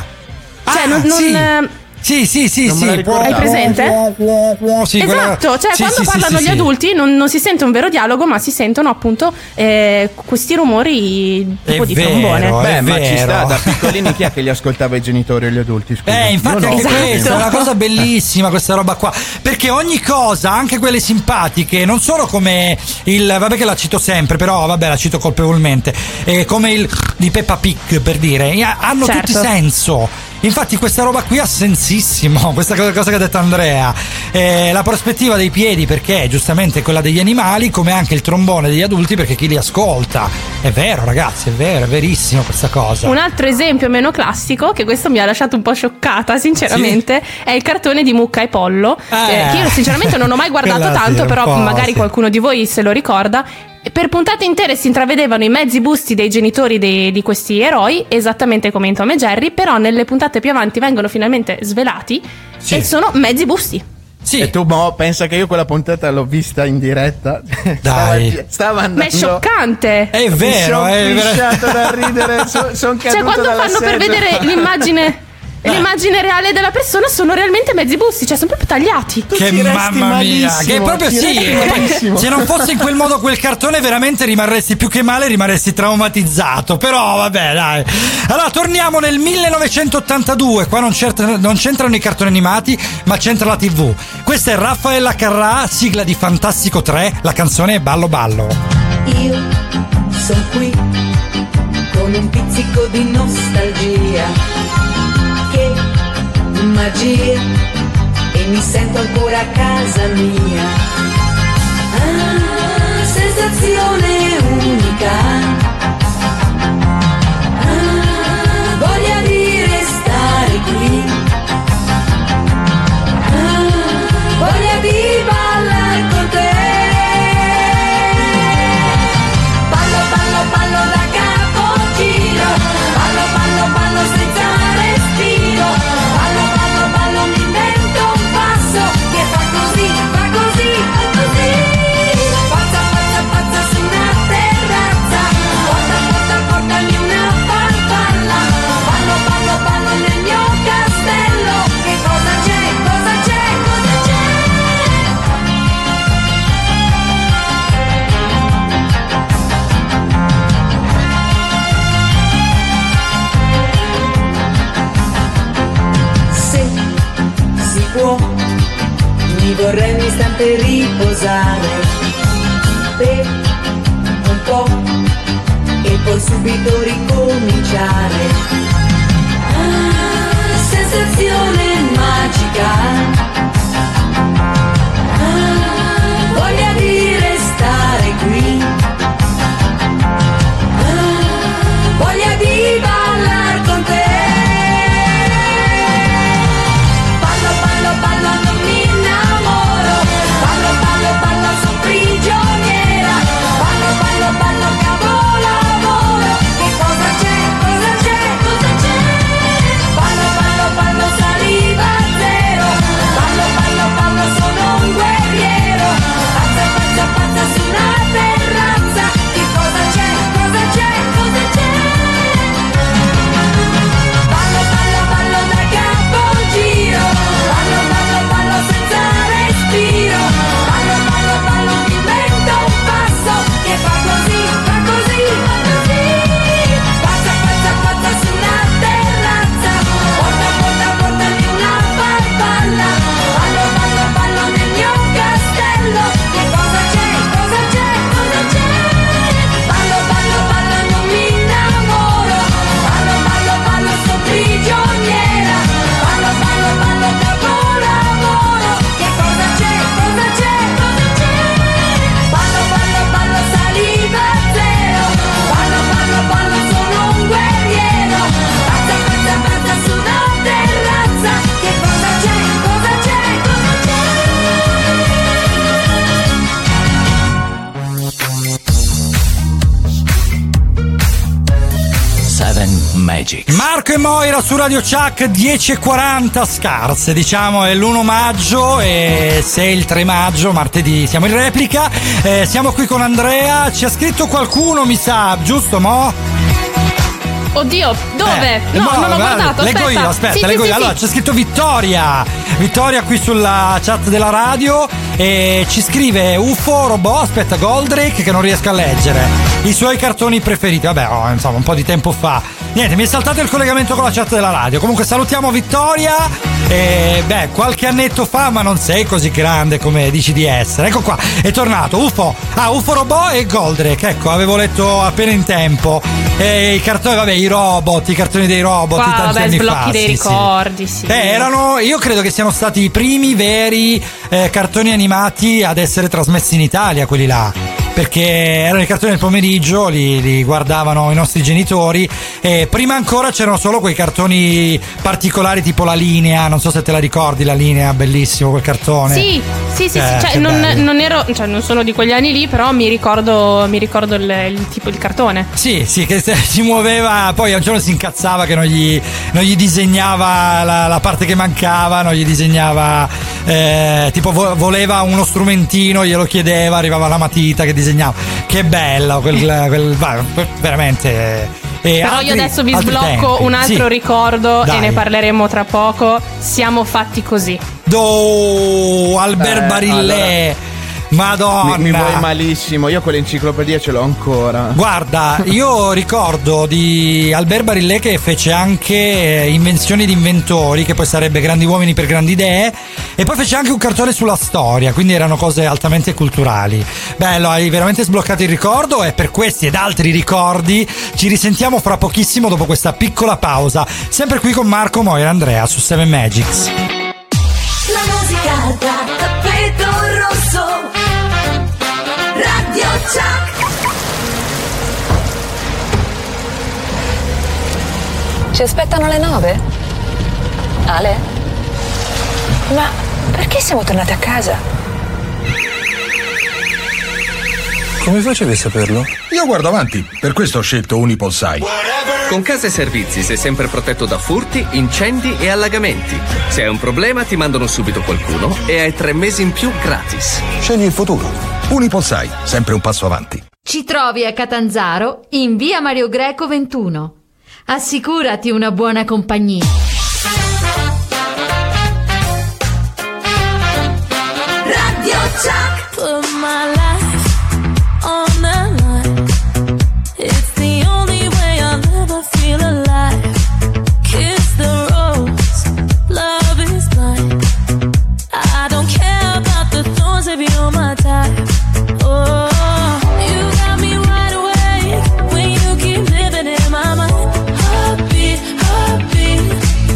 Sì. Hai presente? Sì, esatto, cioè quando parlano gli adulti non si sente un vero dialogo, ma si sentono appunto questi rumori tipo di trombone. Ma ci sta, da piccolini chi è che li ascoltava i genitori o gli adulti? Scusa. Infatti anche questa è una cosa bellissima, questa roba qua, perché ogni cosa, anche quelle simpatiche, non solo come vabbè che la cito sempre, però vabbè la cito colpevolmente, come il di Peppa Pig, per dire, hanno tutti senso. Infatti questa roba qui ha sensissimo, questa cosa che ha detto Andrea, la prospettiva dei piedi perché giustamente è quella degli animali, come anche il trombone degli adulti perché chi li ascolta. È vero ragazzi, è verissimo questa cosa. Un altro esempio meno classico, che questo mi ha lasciato un po' scioccata sinceramente, è il cartone di Mucca e Pollo, che io sinceramente non ho mai guardato tanto, però magari qualcuno di voi se lo ricorda. Per puntate intere si intravedevano i mezzi busti dei genitori di questi eroi, esattamente come in Tom e Jerry, però nelle puntate più avanti vengono finalmente svelati e sono mezzi busti. E tu pensa che io quella puntata l'ho vista in diretta? Dai. Stava andando. Ma è scioccante. È vero, è pisciato da ridere, sono caduto cioè quando dalla fanno sedia. Per vedere l'immagine reale della persona sono realmente mezzi busti, cioè sono proprio tagliati. Che mamma mia, che proprio se non fosse in quel modo quel cartone veramente rimarresti più che male, rimarresti traumatizzato, però vabbè dai. Allora torniamo nel 1982, qua non c'entrano i cartoni animati ma c'entra la TV. Questa è Raffaella Carrà, sigla di Fantastico 3, la canzone è Ballo Ballo. Io sono qui con un pizzico di nostalgia, magia, e mi sento ancora a casa mia. Sensazione unica, voglia di restare qui, voglia di ballare con te. Ballo, ballo, ballo da capogiro, ballo, ballo, ballo senza respiro. Mi vorrei un istante riposare per un po' e poi subito ricominciare. Sensazione magica, voglia di Magic. Marco e Moira su Radio Chuck, 10:40 scarse, diciamo è l'1 maggio e se il 3 maggio, martedì, siamo in replica, siamo qui con Andrea, ci ha scritto qualcuno mi sa, giusto Mo? Oddio, dove? No, non ho guardato. Leggo io. Allora, c'è scritto Vittoria qui sulla chat della radio e ci scrive UFO, robot, aspetta, Goldrake, che non riesco a leggere. I suoi cartoni preferiti. Vabbè, insomma, un po' di tempo fa. Niente, mi è saltato il collegamento con la chat della radio. Comunque salutiamo Vittoria. Qualche annetto fa, ma non sei così grande come dici di essere. Ecco qua, è tornato UFO robot e Goldrake. Ecco, avevo letto appena in tempo. E i cartoni, i cartoni dei robot. Vabbè, sblocchi dei ricordi, sì. Io credo che siano stati i primi veri cartoni animati ad essere trasmessi in Italia, quelli là. Perché erano i cartoni del pomeriggio, li guardavano i nostri genitori e prima ancora c'erano solo quei cartoni particolari tipo La Linea, non so se te la ricordi, La Linea, bellissimo quel cartone. Sì, cioè, non sono di quegli anni lì, però mi ricordo il cartone. Sì, che si muoveva, poi a un giorno si incazzava che non gli disegnava la parte che mancava, non gli disegnava tipo voleva uno strumentino, glielo chiedeva, arrivava la matita che disegnava. Che bello veramente. Però io adesso vi sblocco un altro ricordo. Dai. E ne parleremo tra poco. Siamo fatti così. Albert Barillet. Allora, Madonna, mi vuoi malissimo, io quell'enciclopedia ce l'ho ancora. Guarda, io ricordo di Albert Barillet che fece anche Invenzioni di inventori, che poi sarebbe Grandi uomini per grandi idee, e poi fece anche un cartone sulla storia, quindi erano cose altamente culturali. Bello, hai veramente sbloccato il ricordo e per questi ed altri ricordi ci risentiamo fra pochissimo dopo questa piccola pausa, sempre qui con Marco, Moira e Andrea su 7 Magics. La musica da tappeto rosso, Radio Chuck. Ci aspettano alle 9? Ale? Ma perché siamo tornati a casa? Come facevi a saperlo? Io guardo avanti, per questo ho scelto Unipolsai. Con Casa e Servizi sei sempre protetto da furti, incendi e allagamenti. Se hai un problema ti mandano subito qualcuno e hai 3 mesi in più gratis. Scegli il futuro. Unipolsai, sempre un passo avanti. Ci trovi a Catanzaro in via Mario Greco 21. Assicurati una buona compagnia. Radio Chuck. Put my life on the line. It's the only way I'll ever feel alive. Kiss the rose, love is blind. I don't care about the thorns if you're my type. Oh, you got me right away when you keep living in my mind. Heartbeat, heartbeat,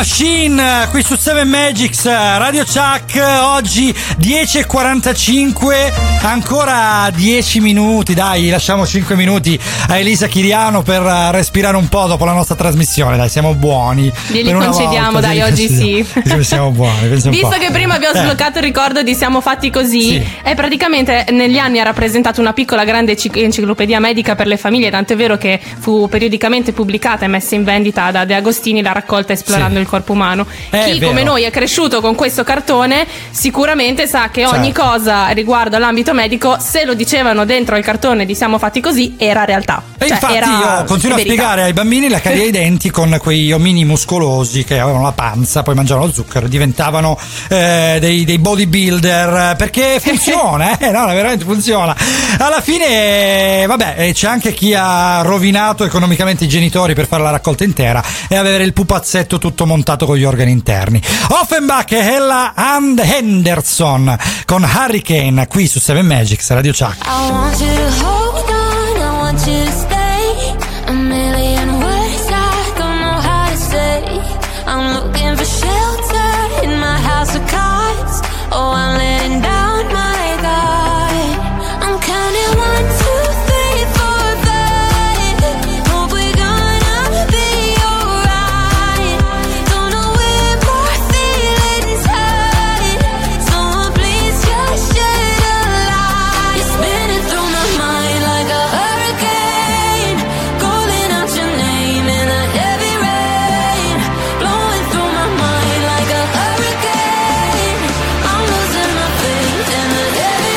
Machine qui su 7 Magics, Radio Chuck. Oggi 10:45, ancora 10 minuti, dai, lasciamo 5 minuti a Elisa Chiriano per respirare un po' dopo la nostra trasmissione, dai, siamo buoni. Glieli concediamo, volta, dai, oggi sì. Siamo buoni, visto che prima abbiamo sbloccato il ricordo di Siamo fatti così, e praticamente negli anni ha rappresentato una piccola grande enciclopedia medica per le famiglie, tant'è vero che fu periodicamente pubblicata e messa in vendita da De Agostini la raccolta Esplorando il corpo umano. Chi come noi è cresciuto con questo cartone sicuramente sa che ogni cosa riguardo all'ambito medico, se lo dicevano dentro il cartone di Siamo fatti così, era realtà. E infatti io continuo a spiegare ai bambini la carie ai denti con quei omini muscolosi che avevano la panza, poi mangiavano lo zucchero, diventavano dei bodybuilder, perché funziona, no, veramente funziona. Alla fine vabbè, c'è anche chi ha rovinato economicamente i genitori per fare la raccolta intera e avere il pupazzetto tutto montato con gli organi interni. Offenbach e Ella and Henderson con Hurricane qui su 7 Magics, Radio Chuck. I want you to hold on, I want you to stay. A million words I don't know how to say. I'm looking for shelter in my house of cards. Oh, I'm letting down my guard. I'm counting 1, 2, 3, 4, 5. Hope we're gonna be alright. Don't know where my feelings hide. Someone please just shed a light. You're spinning through my mind like a hurricane, calling out your name in the heavy rain, blowing through my mind like a hurricane. I'm losing my faith in the heavy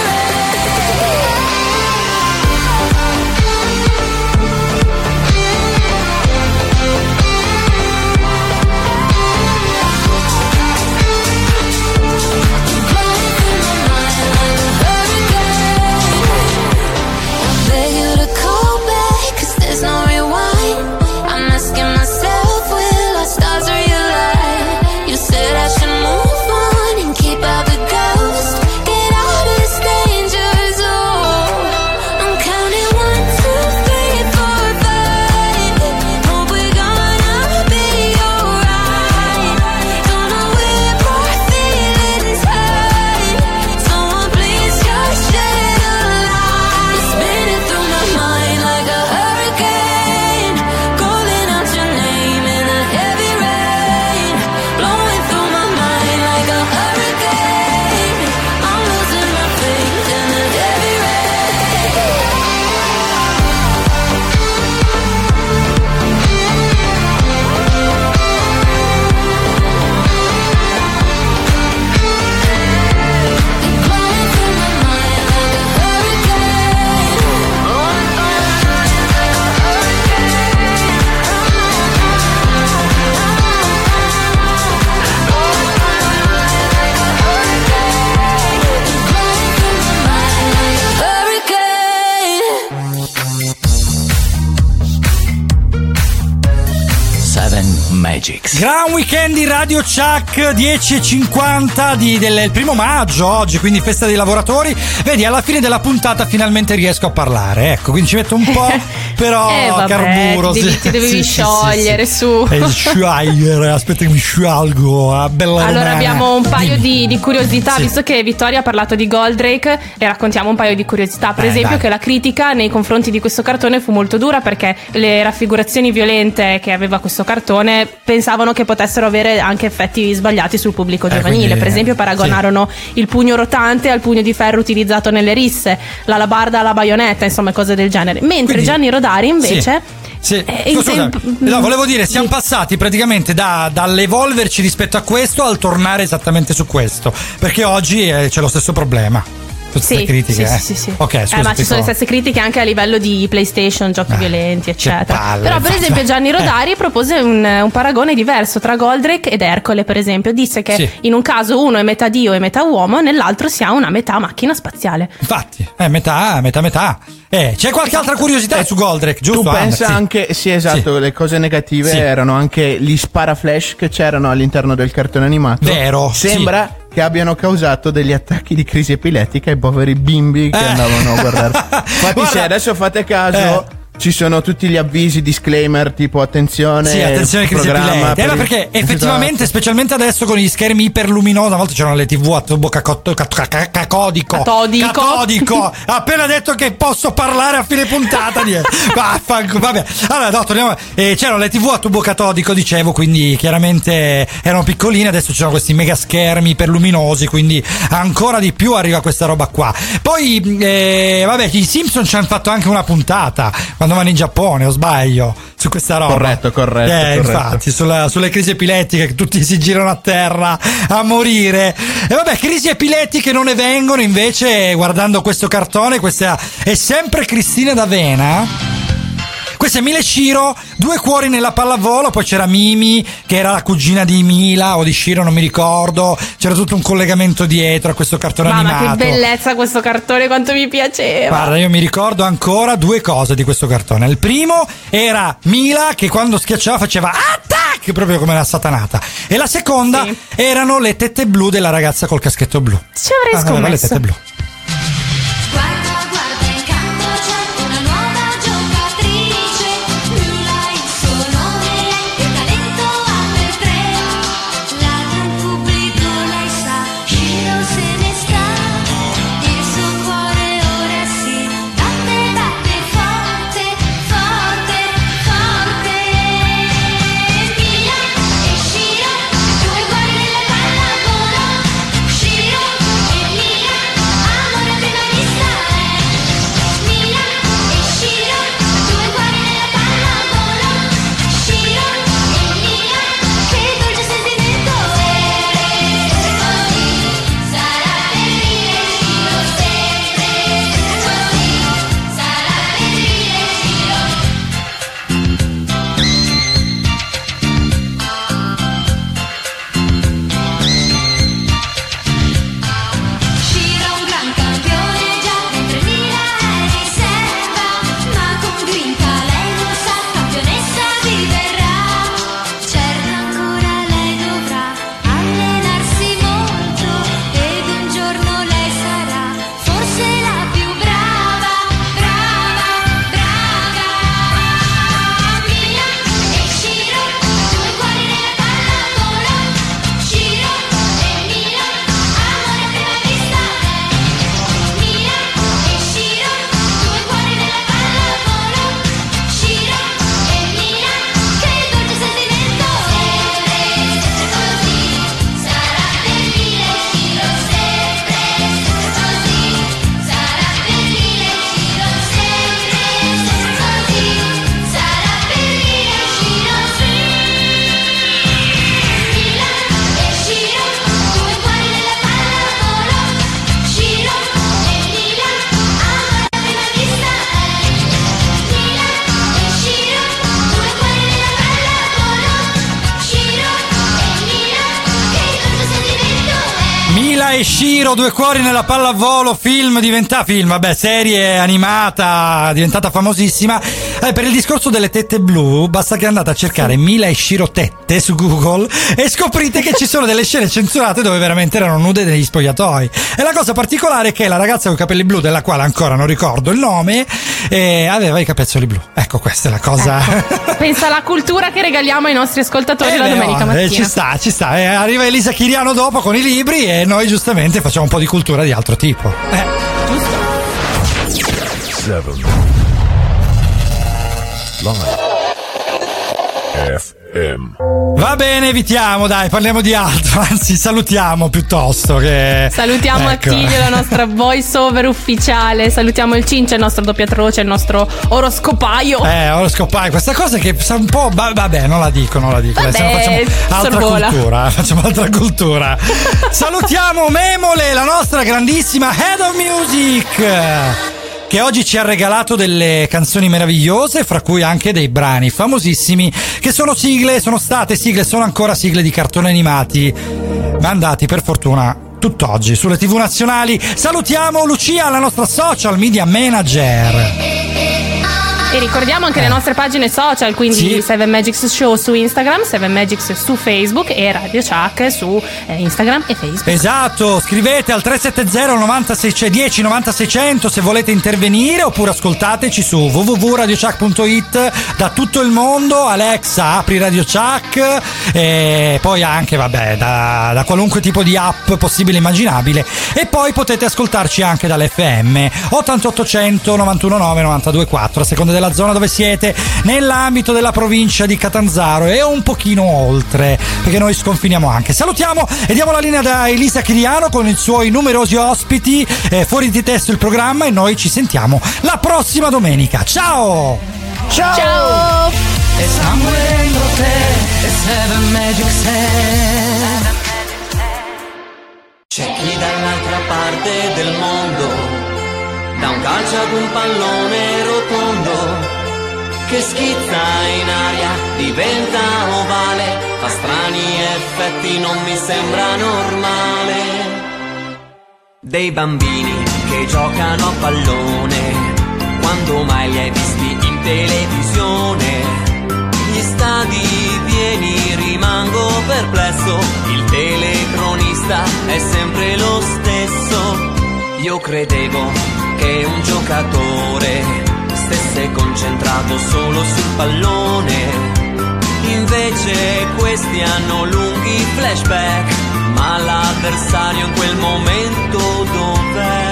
beg you to call back, 'cause there's no rewind. I'm asking myself, will our stars realign? You said I should move on and keep out the ghost, get out of this danger zone. I'm counting 1, 2, 3, 4, 5. Hope we're gonna be alright. Don't know where my feelings hide. Someone please just shed a light. You're spinning through my mind like a hurricane, calling out your name in the heavy rain, blowing through my mind like a hurricane. I'm losing my faith in the heavy Magics. Gran weekend di Radio Chuck, 10:50 del 1 maggio oggi, quindi festa dei lavoratori. Vedi, alla fine della puntata finalmente riesco a parlare, ecco, quindi ci metto un po', però vabbè, carburo. ti devi sciogliere, su. Sciogliere, aspetta che mi sciolgo. Bella allora abbiamo un paio di curiosità, Sì. visto che Vittoria ha parlato di Goldrake, e raccontiamo un paio di curiosità. Per esempio, dai. che la critica nei confronti di questo cartone fu molto dura, perché le raffigurazioni violente che aveva questo cartone pensavano che potessero avere anche effetti sbagliati sul pubblico giovanile. quindi, Per esempio paragonarono il pugno rotante al pugno di ferro utilizzato nelle risse, l'alabarda alla baionetta, insomma cose del genere. Mentre Quindi- Gianni Rodari invece Sì. Scusa, no, volevo dire, siamo passati praticamente dall'evolverci rispetto a questo al tornare esattamente su questo, perché oggi c'è lo stesso problema. Tutte le critiche, sì. Ok, scusa, ma ci sono le stesse critiche anche a livello di PlayStation, giochi violenti, eccetera. palle, Però, per esempio, Gianni Rodari propose un paragone diverso tra Goldrake ed Ercole, per esempio. Disse che in un caso uno è metà dio e metà uomo, nell'altro si ha una metà macchina spaziale. Infatti, metà. C'è qualche altra curiosità su Goldrake, giusto? Tu pensa anche, sì, esatto, le cose negative erano anche gli sparaflash che c'erano all'interno del cartone animato. Vero, Sembra che abbiano causato degli attacchi di crisi epilettica ai poveri bimbi che andavano a guardare. Infatti, se adesso fate caso, ci sono tutti gli avvisi, disclaimer tipo attenzione. Sì, attenzione crisi epilette. Ma perché effettivamente, specialmente adesso con gli schermi iperluminosi, una volta c'erano le TV a tubo catodico. Appena detto che posso parlare a fine puntata. Vabbè. Allora, no, torniamo. C'erano le TV a tubo catodico, dicevo, quindi chiaramente erano piccoline, adesso ci sono questi mega schermi iperluminosi, quindi ancora di più arriva questa roba qua. Poi vabbè, i Simpson ci hanno fatto anche una puntata quando vanno in Giappone, o sbaglio, su questa roba. Corretto. Infatti, sulle crisi epilettiche, che tutti si girano a terra a morire. E vabbè, crisi epilettiche non ne vengono, invece, guardando questo cartone, questa è sempre Cristina D'Avena. Questa è Mila e Shiro, due cuori nella pallavolo. Poi c'era Mimi, che era la cugina di Mila o di Shiro, non mi ricordo. C'era tutto un collegamento dietro a questo cartone animato. Ma che bellezza questo cartone, quanto mi piaceva. Guarda, io mi ricordo ancora due cose di questo cartone. Il primo era Mila, che quando schiacciava faceva attack, proprio come una satanata. E la seconda erano le tette blu della ragazza col caschetto blu. Ci avrei scommesso. Le tette blu. E Shiro, due cuori nella pallavolo, serie animata diventata famosissima. Per il discorso delle tette blu basta che andate a cercare Mila e Shiro tette su Google e scoprite che ci sono delle scene censurate dove veramente erano nude negli spogliatoi. E la cosa particolare è che la ragazza con i capelli blu, della quale ancora non ricordo il nome, aveva i capezzoli blu. Ecco, questa è la cosa. Ecco. Pensa alla cultura che regaliamo ai nostri ascoltatori la domenica mattina. Ci sta. Arriva Elisa Chiriano dopo con i libri e noi giustamente facciamo un po' di cultura di altro tipo. Giusto. 7 Live FM. Va bene, evitiamo, dai, parliamo di altro, anzi salutiamo piuttosto che... Salutiamo Attilio, la nostra voice over ufficiale, salutiamo il Cince, il nostro doppiatroce, il nostro oroscopaio. Oroscopaio, questa cosa che sa un po', vabbè, non la dico, vabbè, facciamo altra cultura. Salutiamo Memole, la nostra grandissima Head of Music, che oggi ci ha regalato delle canzoni meravigliose, fra cui anche dei brani famosissimi che sono sono ancora sigle di cartoni animati mandati per fortuna tutt'oggi sulle TV nazionali. Salutiamo Lucia, la nostra social media manager. E ricordiamo anche le nostre pagine social, quindi 7 Magics Show su Instagram, 7 Magics su Facebook e Radio Chuck su Instagram e Facebook. Esatto, scrivete al 370 9610 9600 se volete intervenire, oppure ascoltateci su www.radiochuck.it da tutto il mondo. Alexa, apri Radio Chuck, e poi anche da qualunque tipo di app possibile e immaginabile, e poi potete ascoltarci anche dall'FM 8800 919 924 a seconda della zona dove siete, nell'ambito della provincia di Catanzaro e un pochino oltre, perché noi sconfiniamo anche. Salutiamo e diamo la linea da Elisa Chiriano con i suoi numerosi ospiti, fuori di testo il programma, e noi ci sentiamo la prossima domenica. Ciao! Ciao! Ciao! E somewhere in your head, it's 7 Magics Head. C'è chi dall'altra parte del mondo dà un calcio ad un pallone rotondo che schizza in aria, diventa ovale, fa strani effetti, non mi sembra normale. Dei bambini che giocano a pallone, quando mai li hai visti in televisione? Gli stadi pieni, rimango perplesso, il telecronista è sempre lo stesso. Io credevo che un giocatore stesse concentrato solo sul pallone, invece questi hanno lunghi flashback, ma l'avversario in quel momento dov'è?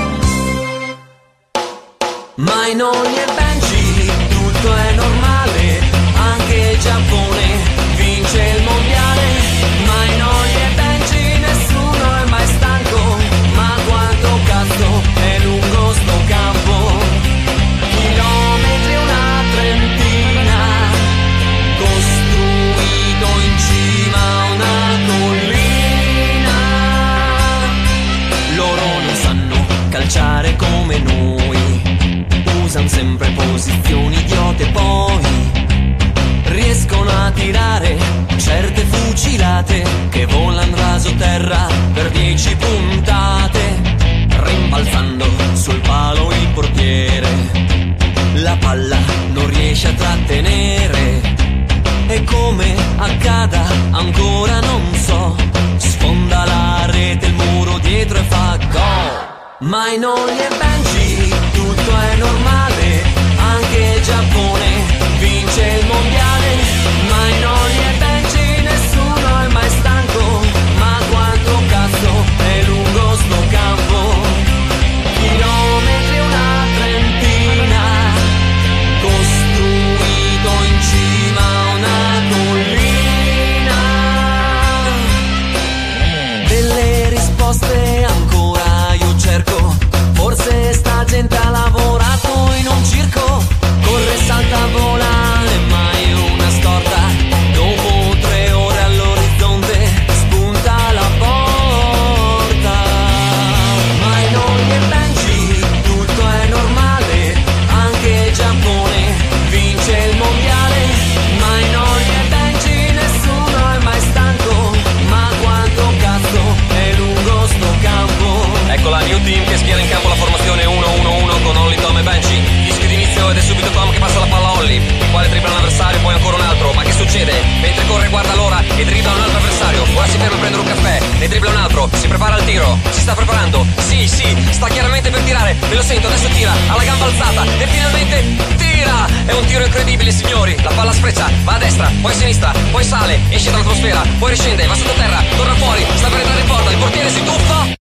Mainoli e Benji, tutto è normale, anche il Giappone vince il mondiale. Mainoli e Benji, nessuno è mai stanco, ma quanto cazzo è lungo sto campo. Chilometri una trentina, costruito in cima a una collina. Loro non sanno calciare come noi, usano sempre posizioni idiote, poi riescono a tirare certe fucilate che volano raso terra per 10 puntate, rimbalzando sul palo il portiere, la palla non riesce a trattenere, e come accada ancora non so, sfonda la rete, il muro dietro e fa gol. Mainoli e Benji, tutto è normale, anche il Giappone vince il mondiale. Mainoli e Benji, nessuno è mai stanco, ma quanto cazzo è lungo sto campo. Chilometri una trentina, costruito in cima a una collina. Delle risposte ancora io cerco, forse sta gente ha lavorato in un circo, corre, salta, vola, mai una storta, dopo 3 ore all'orizzonte spunta la porta. Mainoli e Benji, tutto è normale, anche il Giappone vince il mondiale. Mainoli e Benji, nessuno è mai stanco, ma quanto cazzo è lungo sto campo. Ecco la new team che schiera in campo la formazione 1-1-1 con Olli, Tom e Benji. Fischio d'inizio ed è subito Tom che passa la palla a Olli, il quale dribbla un avversario, poi ancora un altro. Ma che succede? Mentre corre guarda l'ora e dribbla un altro avversario. Ora si ferma a prendere un caffè, ne dribbla un altro, si prepara al tiro, si sta preparando. Sì, sta chiaramente per tirare, me lo sento, adesso tira, ha la gamba alzata e finalmente tira! È un tiro incredibile, signori. La palla sfreccia, va a destra, poi a sinistra, poi sale, esce dall'atmosfera, poi riscende, va sottoterra, torna fuori, sta per entrare in porta, il portiere si tuffa.